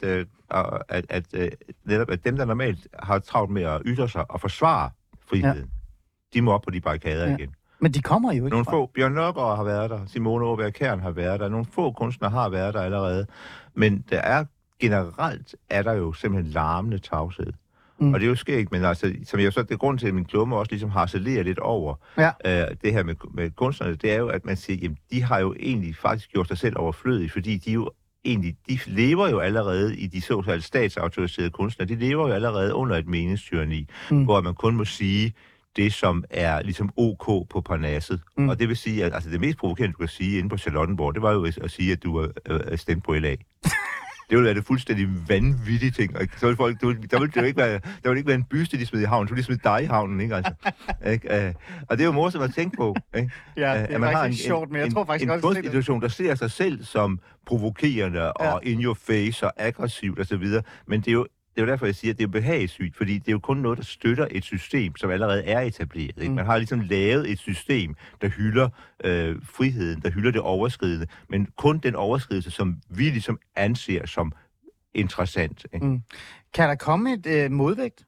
netop at dem, der normalt har travlt med at ytre sig og forsvare friheden, de må op på de barrikader igen. Men de kommer jo ikke. Nogle få, Bjørn Nørgaard har været der, Simone Aabjerg Kjærn har været der, nogle få kunstnere har været der allerede, men generelt er der jo simpelthen larmende tavshed. Og det er jo skægt, men altså, som jeg så, det er grund til, at min klumme også ligesom harcelerer lidt over det her med kunstnerne, det er jo, at man siger, jamen, de har jo egentlig faktisk gjort sig selv overflødige, fordi de lever jo allerede i de såkaldte statsautoriserede kunstnere, de lever jo allerede under et meningstyranni, hvor man kun må sige det, som er ligesom OK på parnasset. Og det vil sige, at det mest provokerende, du kan sige inde på Charlottenborg, det var jo at sige, at du var stemt på LA. Det ville være det fuldstændig vanvittige ting. Så ville folk, der ville ikke være en byste, de smed i havnen. Så ville de smide dig i havnen, ikke? Altså, ikke? Og det er jo morsomt at tænke på. Ikke? Ja, det er at man har faktisk sjovt, men jeg tror faktisk en kunstinstitution, der ser sig selv som provokerende og in your face og aggressivt osv. Men det er jo derfor, jeg siger, at det er behagesygt, fordi det er jo kun noget, der støtter et system, som allerede er etableret. Ikke? Man har ligesom lavet et system, der hylder friheden, der hylder det overskridende, men kun den overskridelse, som vi ligesom anser som interessant. Ikke? Kan der komme et modvægt,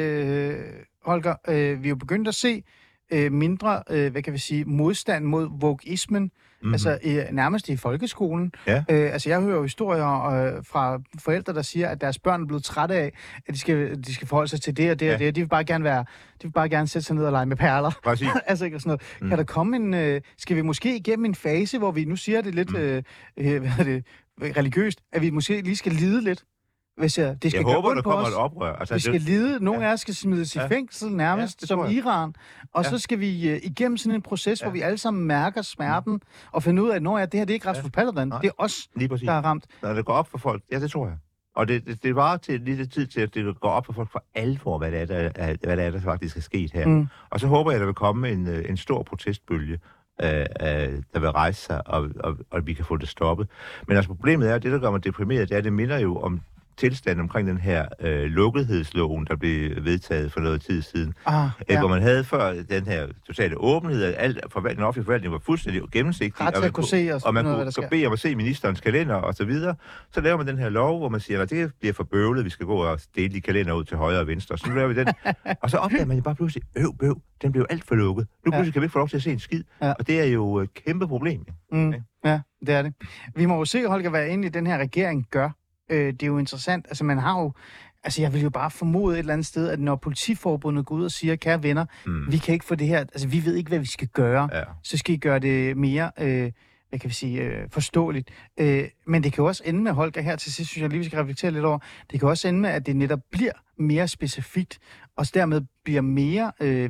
Holger? Vi er jo begyndt at se mindre, modstand mod wokeismen, nærmest i folkeskolen. Ja. Jeg hører jo historier fra forældre, der siger, at deres børn er blevet trætte af, at de skal forholde sig til det og det og det. De vil bare gerne sætte sig ned og lege med perler. Ikke sådan noget. Kan der komme skal vi måske igennem en fase, hvor vi, nu siger det lidt religiøst, at vi måske lige skal lide lidt? Det skal jeg håber, der kommer et oprør. Vi skal lide. Nogle af os skal smides i fængsel nærmest, som Iran. Og så skal vi igennem sådan en proces, hvor vi alle sammen mærker smerten og finder ud af, at det her det er ikke Rasmus Paludan. Det er os, der er ramt. Når det går op for folk, det tror jeg. Og det var til lidt tid til, at det går op for folk for alvor, hvad det er, der faktisk er sket her. Og så håber jeg, der vil komme en stor protestbølge, der vil rejse sig, og vi kan få det stoppet. Men problemet er, at det, der gør mig deprimeret, det minder jo om tilstand omkring den her lukkethedsloven, der blev vedtaget for noget tid siden. Hvor man havde før den her totale åbenhed, at den offentlige forvaltning var fuldstændig gennemsigtig, og man kunne bede om at se ministerens kalender og så videre. Så laver man den her lov, hvor man siger, at det bliver for bøvlet, vi skal gå og dele de kalender ud til højre og venstre. Så nu laver vi den. Og så opdager man jo bare pludselig, den blev alt for lukket. Nu pludselig kan vi ikke få lov til at se en skid. Og det er jo et kæmpe problem. Ja, det er det. Vi må jo se, Holger, hvad egentlig den her regering gør. Det er jo interessant. Man har jo... jeg vil jo bare formode et eller andet sted, at når politiforbundet går ud og siger, kære venner, vi kan ikke få det her... vi ved ikke, hvad vi skal gøre. Ja. Så skal I gøre det mere... forståeligt. Men det kan jo også ende med, Holger, her til sidst, synes jeg lige, vi skal reflektere lidt over, det kan også ende med, at det netop bliver mere specifikt, og dermed bliver mere,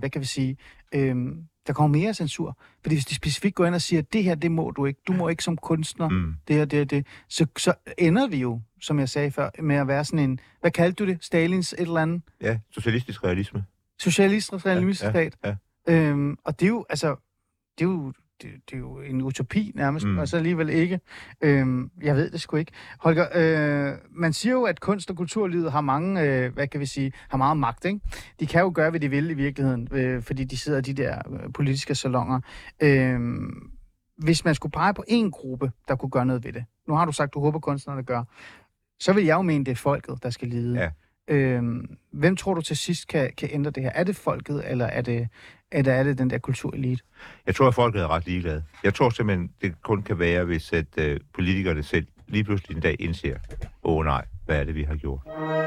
der kommer mere censur. Fordi hvis de specifikt går ind og siger, det her, det må du ikke, du må ikke som kunstner, det, så ender vi jo, som jeg sagde før, med at være sådan en, hvad kaldte du det? Stalins et eller andet? Ja, socialistisk realisme. Socialistisk realisme stat. Ja. Og det er jo, det er jo en utopi nærmest, og så alligevel ikke. Jeg ved det sgu ikke. Holger, man siger jo, at kunst- og kulturlivet har mange, har meget magt, ikke? De kan jo gøre, hvad de vil i virkeligheden, fordi de sidder i de der politiske salonger. Hvis man skulle pege på en gruppe, der kunne gøre noget ved det. Nu har du sagt, du håber, kunstnerne gør. Så vil jeg jo mene, det er folket, der skal lide. Ja. Hvem tror du til sidst kan ændre det her? Er det folket, eller er det den der kulturelite? Jeg tror, at folket er ret ligeglade. Jeg tror simpelthen, det kun kan være, hvis at politikerne selv lige pludselig en dag indser, nej, hvad er det, vi har gjort?